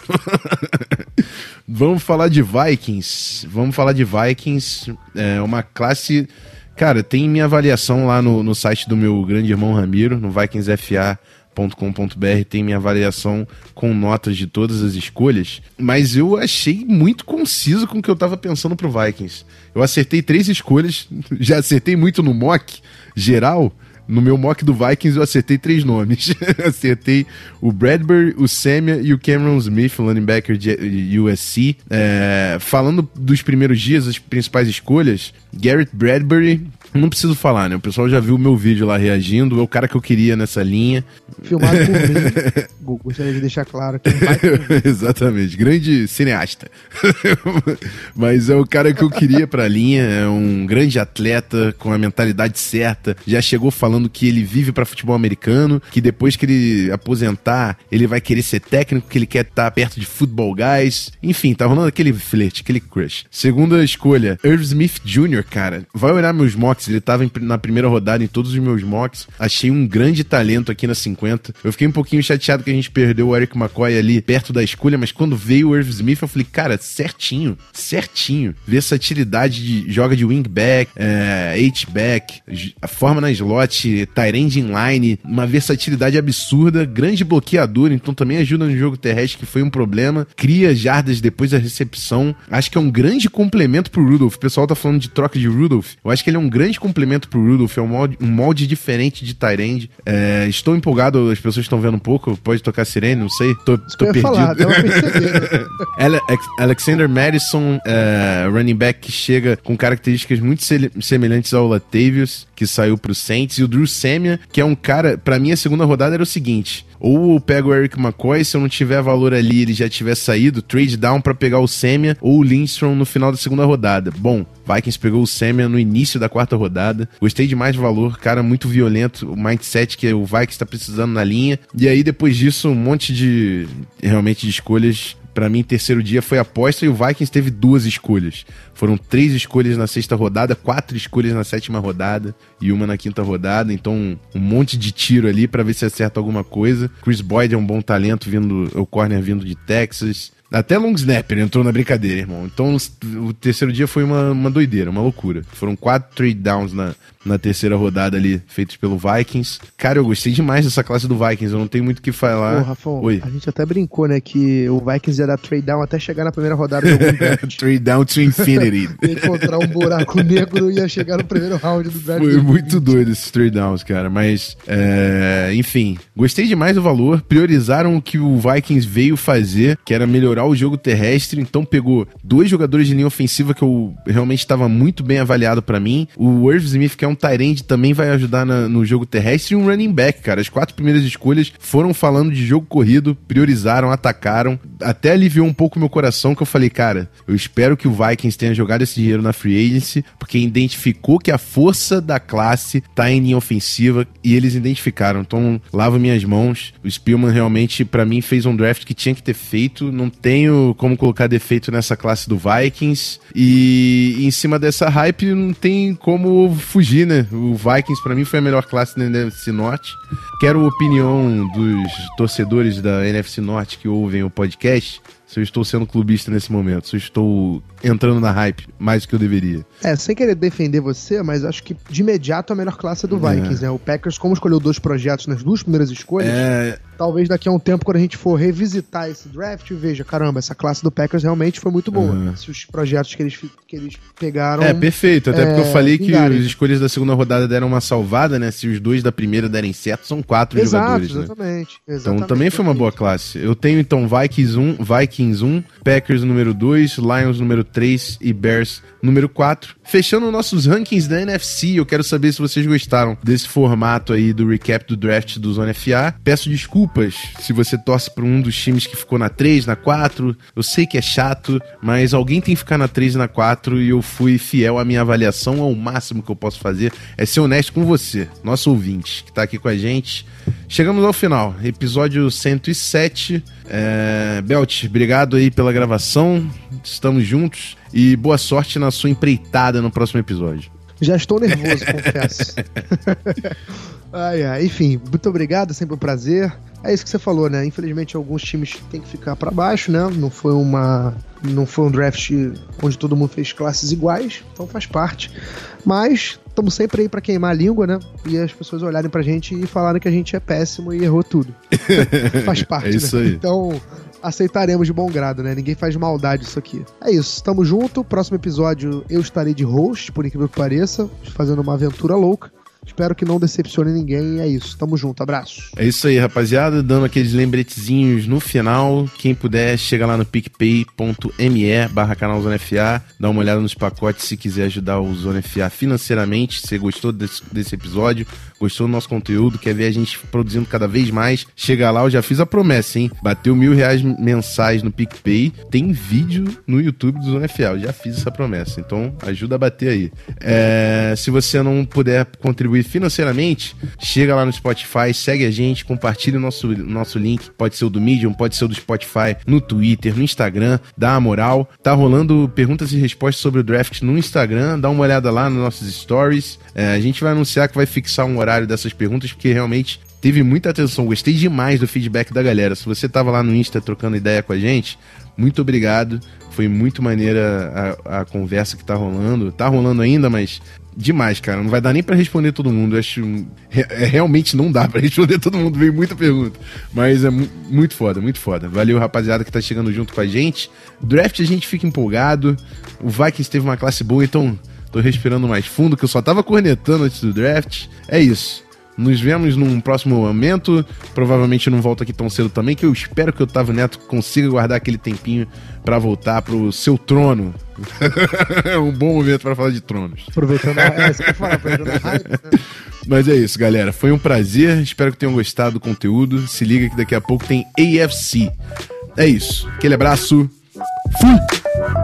Vamos falar de Vikings. Vamos falar de Vikings. É uma classe... Cara, tem minha avaliação lá no, no site do meu grande irmão Ramiro, no vikings f a ponto com ponto b r, tem minha avaliação com notas de todas as escolhas, mas eu achei muito conciso com o que eu tava pensando pro Vikings. Eu acertei três escolhas, já acertei muito no mock geral. No meu mock do Vikings eu acertei três nomes. Acertei o Bradbury, o Samia e o Cameron Smith, o linebacker de U S C. É, falando dos primeiros dias, as principais escolhas, Garrett Bradbury, não preciso falar, né? O pessoal já viu o meu vídeo lá reagindo, é o cara que eu queria nessa linha. Filmado por mim. Gostaria de deixar claro que vai Exatamente, grande cineasta. Mas é o cara que eu queria pra linha, é um grande atleta com a mentalidade certa, já chegou falando que ele vive pra futebol americano, que depois que ele aposentar, ele vai querer ser técnico, que ele quer estar perto de football guys, enfim, tá rolando aquele flerte, aquele crush. Segunda escolha, Irv Smith Júnior, cara, vai olhar meus mocks, ele tava em, na primeira rodada em todos os meus mocks, achei um grande talento aqui na cinquenta, eu fiquei um pouquinho chateado que a gente perdeu o Eric McCoy ali perto da escolha, mas quando veio o Irv Smith eu falei, cara, certinho, certinho, versatilidade, de, joga de wingback, é, H-back, a forma na slot, tight end inline, uma versatilidade absurda, grande bloqueador, então também ajuda no jogo terrestre, que foi um problema, cria jardas depois da recepção, acho que é um grande complemento pro Rudolph, o pessoal tá falando de troca de Rudolph, eu acho que ele é um grande grande complemento pro Rudolph, é um molde, um molde diferente de tight end. É, estou empolgado, as pessoas estão vendo um pouco, pode tocar sirene, não sei, tô, tô perdido. Falar, deu pra perceber. Alexander Madison, é, running back que chega com características muito semelhantes ao Latavius, que saiu pro Saints, e o Drew Samia, que é um cara, pra mim a segunda rodada era o seguinte: ou eu pego o Eric McCoy, se eu não tiver valor ali, ele já tiver saído, trade down pra pegar o Samia ou o Lindstrom no final da segunda rodada. Bom, Vikings pegou o Samia no início da quarta rodada, gostei demais do valor, cara muito violento, o mindset que o Vikings tá precisando na linha, e aí depois disso um monte de, realmente de escolhas. Pra mim, terceiro dia foi aposta e o Vikings teve duas escolhas. Foram três escolhas na sexta rodada, quatro escolhas na sétima rodada e uma na quinta rodada. Então, um monte de tiro ali pra ver se acerta alguma coisa. Chris Boyd é um bom talento, vindo, o corner vindo de Texas. Até long snapper entrou na brincadeira, irmão. Então, o terceiro dia foi uma, uma doideira, uma loucura. Foram quatro trade downs na, na terceira rodada ali, feitos pelo Vikings. Cara, eu gostei demais dessa classe do Vikings, eu não tenho muito o que falar. Ô, Rafão, Oi. A gente até brincou, né, que o Vikings ia dar trade down até chegar na primeira rodada do draft. Trade down to infinity. Ia encontrar um buraco negro e ia chegar no primeiro round do draft. Foi muito doido esses trade downs, cara. Mas, é, enfim, gostei demais do valor. Priorizaram o que o Vikings veio fazer, que era melhorar o jogo terrestre. Então pegou dois jogadores de linha ofensiva que eu realmente estava muito bem avaliado pra mim. O Irv Smith, que é um tight end, também vai ajudar na, no jogo terrestre, e um running back, cara. As quatro primeiras escolhas foram falando de jogo corrido, priorizaram, atacaram. Até aliviou um pouco meu coração, que eu falei, cara, eu espero que o Vikings tenha jogado esse dinheiro na free agency, porque identificou que a força da classe tá em linha ofensiva, e eles identificaram. Então, lavo minhas mãos. O Spielman realmente, pra mim, fez um draft que tinha que ter feito. Não tenho como colocar defeito nessa classe do Vikings, e em cima dessa hype não tem como fugir, né? O Vikings, pra mim, foi a melhor classe da N F C Norte. Quero a opinião dos torcedores da N F C Norte que ouvem o podcast, se eu estou sendo clubista nesse momento, se eu estou entrando na hype mais do que eu deveria. É, sem querer defender você, mas acho que de imediato a melhor classe é do Vikings, é. né? O Packers, como escolheu dois projetos nas duas primeiras escolhas, é... talvez daqui a um tempo, quando a gente for revisitar esse draft, veja, caramba, essa classe do Packers realmente foi muito boa. É. Se os projetos que eles, que eles pegaram... É, perfeito. Até é, porque eu falei que as escolhas da segunda rodada deram uma salvada, né? Se os dois da primeira derem certo, são quatro Exato, jogadores, exatamente, né? exatamente. Então também foi uma boa classe. Eu tenho, então, Vikings um, Vikings um, Packers número dois, Lions número três e Bears número quatro. Fechando nossos rankings da N F C, eu quero saber se vocês gostaram desse formato aí do recap do draft do Zona F A. Peço desculpas se você torce para um dos times que ficou na três, na quatro. Eu sei que é chato, mas alguém tem que ficar na três e na quatro, e eu fui fiel à minha avaliação. Ao máximo que eu posso fazer é ser honesto com você, nosso ouvinte, que tá aqui com a gente. Chegamos ao final, episódio cento e sete. É... Belt, obrigado aí pela gravação, estamos juntos, e boa sorte na sua empreitada no próximo episódio. Já estou nervoso, confesso. ai, ai, enfim, muito obrigado, sempre um prazer. É isso que você falou, né? Infelizmente alguns times têm que ficar pra baixo, né? Não foi uma, não foi um draft onde todo mundo fez classes iguais, então faz parte. Mas estamos sempre aí pra queimar a língua, né? E as pessoas olharem pra gente e falarem que a gente é péssimo e errou tudo. Faz parte, é isso né? aí. Então aceitaremos de bom grado, né? Ninguém faz maldade isso aqui. É isso, tamo junto. Próximo episódio eu estarei de host, por incrível que pareça, fazendo uma aventura louca. Espero que não decepcione ninguém, e é isso. Tamo junto, abraço. É isso aí, rapaziada, dando aqueles lembretezinhos no final. Quem puder, chega lá no picpay.me barra canal Zona F A, dá uma olhada nos pacotes se quiser ajudar o Zona F A financeiramente. Se você gostou desse, desse episódio, gostou do nosso conteúdo, quer ver a gente produzindo cada vez mais, chega lá, eu já fiz a promessa, hein? Bateu mil reais mensais no PicPay, tem vídeo no YouTube do Zona F A, eu já fiz essa promessa, então ajuda a bater aí. É, se você não puder contribuir financeiramente, chega lá no Spotify, segue a gente, compartilha o nosso, nosso link, pode ser o do Medium, pode ser o do Spotify, no Twitter, no Instagram, dá uma moral. Tá rolando perguntas e respostas sobre o draft no Instagram, dá uma olhada lá nos nossos stories. É, a gente vai anunciar que vai fixar um horário dessas perguntas, porque realmente teve muita atenção, gostei demais do feedback da galera. Se você tava lá no Insta trocando ideia com a gente, muito obrigado, foi muito maneira a, a conversa que tá rolando, tá rolando ainda, mas demais, cara, não vai dar nem pra responder todo mundo, eu acho, é, realmente não dá pra responder todo mundo, veio muita pergunta, mas é mu- muito foda, muito foda, valeu rapaziada que tá chegando junto com a gente. Draft a gente fica empolgado, o Vikings teve uma classe boa, então tô respirando mais fundo, que eu só tava cornetando antes do draft. É isso. Nos vemos num próximo momento. Provavelmente não volto aqui tão cedo também, que eu espero que o Otávio Neto consiga guardar aquele tempinho pra voltar pro seu trono. É um bom momento pra falar de tronos. Aproveitando a... É, você quer falar, aproveitando a hype, né? Mas é isso, galera. Foi um prazer. Espero que tenham gostado do conteúdo. Se liga que daqui a pouco tem A F C. É isso. Aquele abraço. Fui!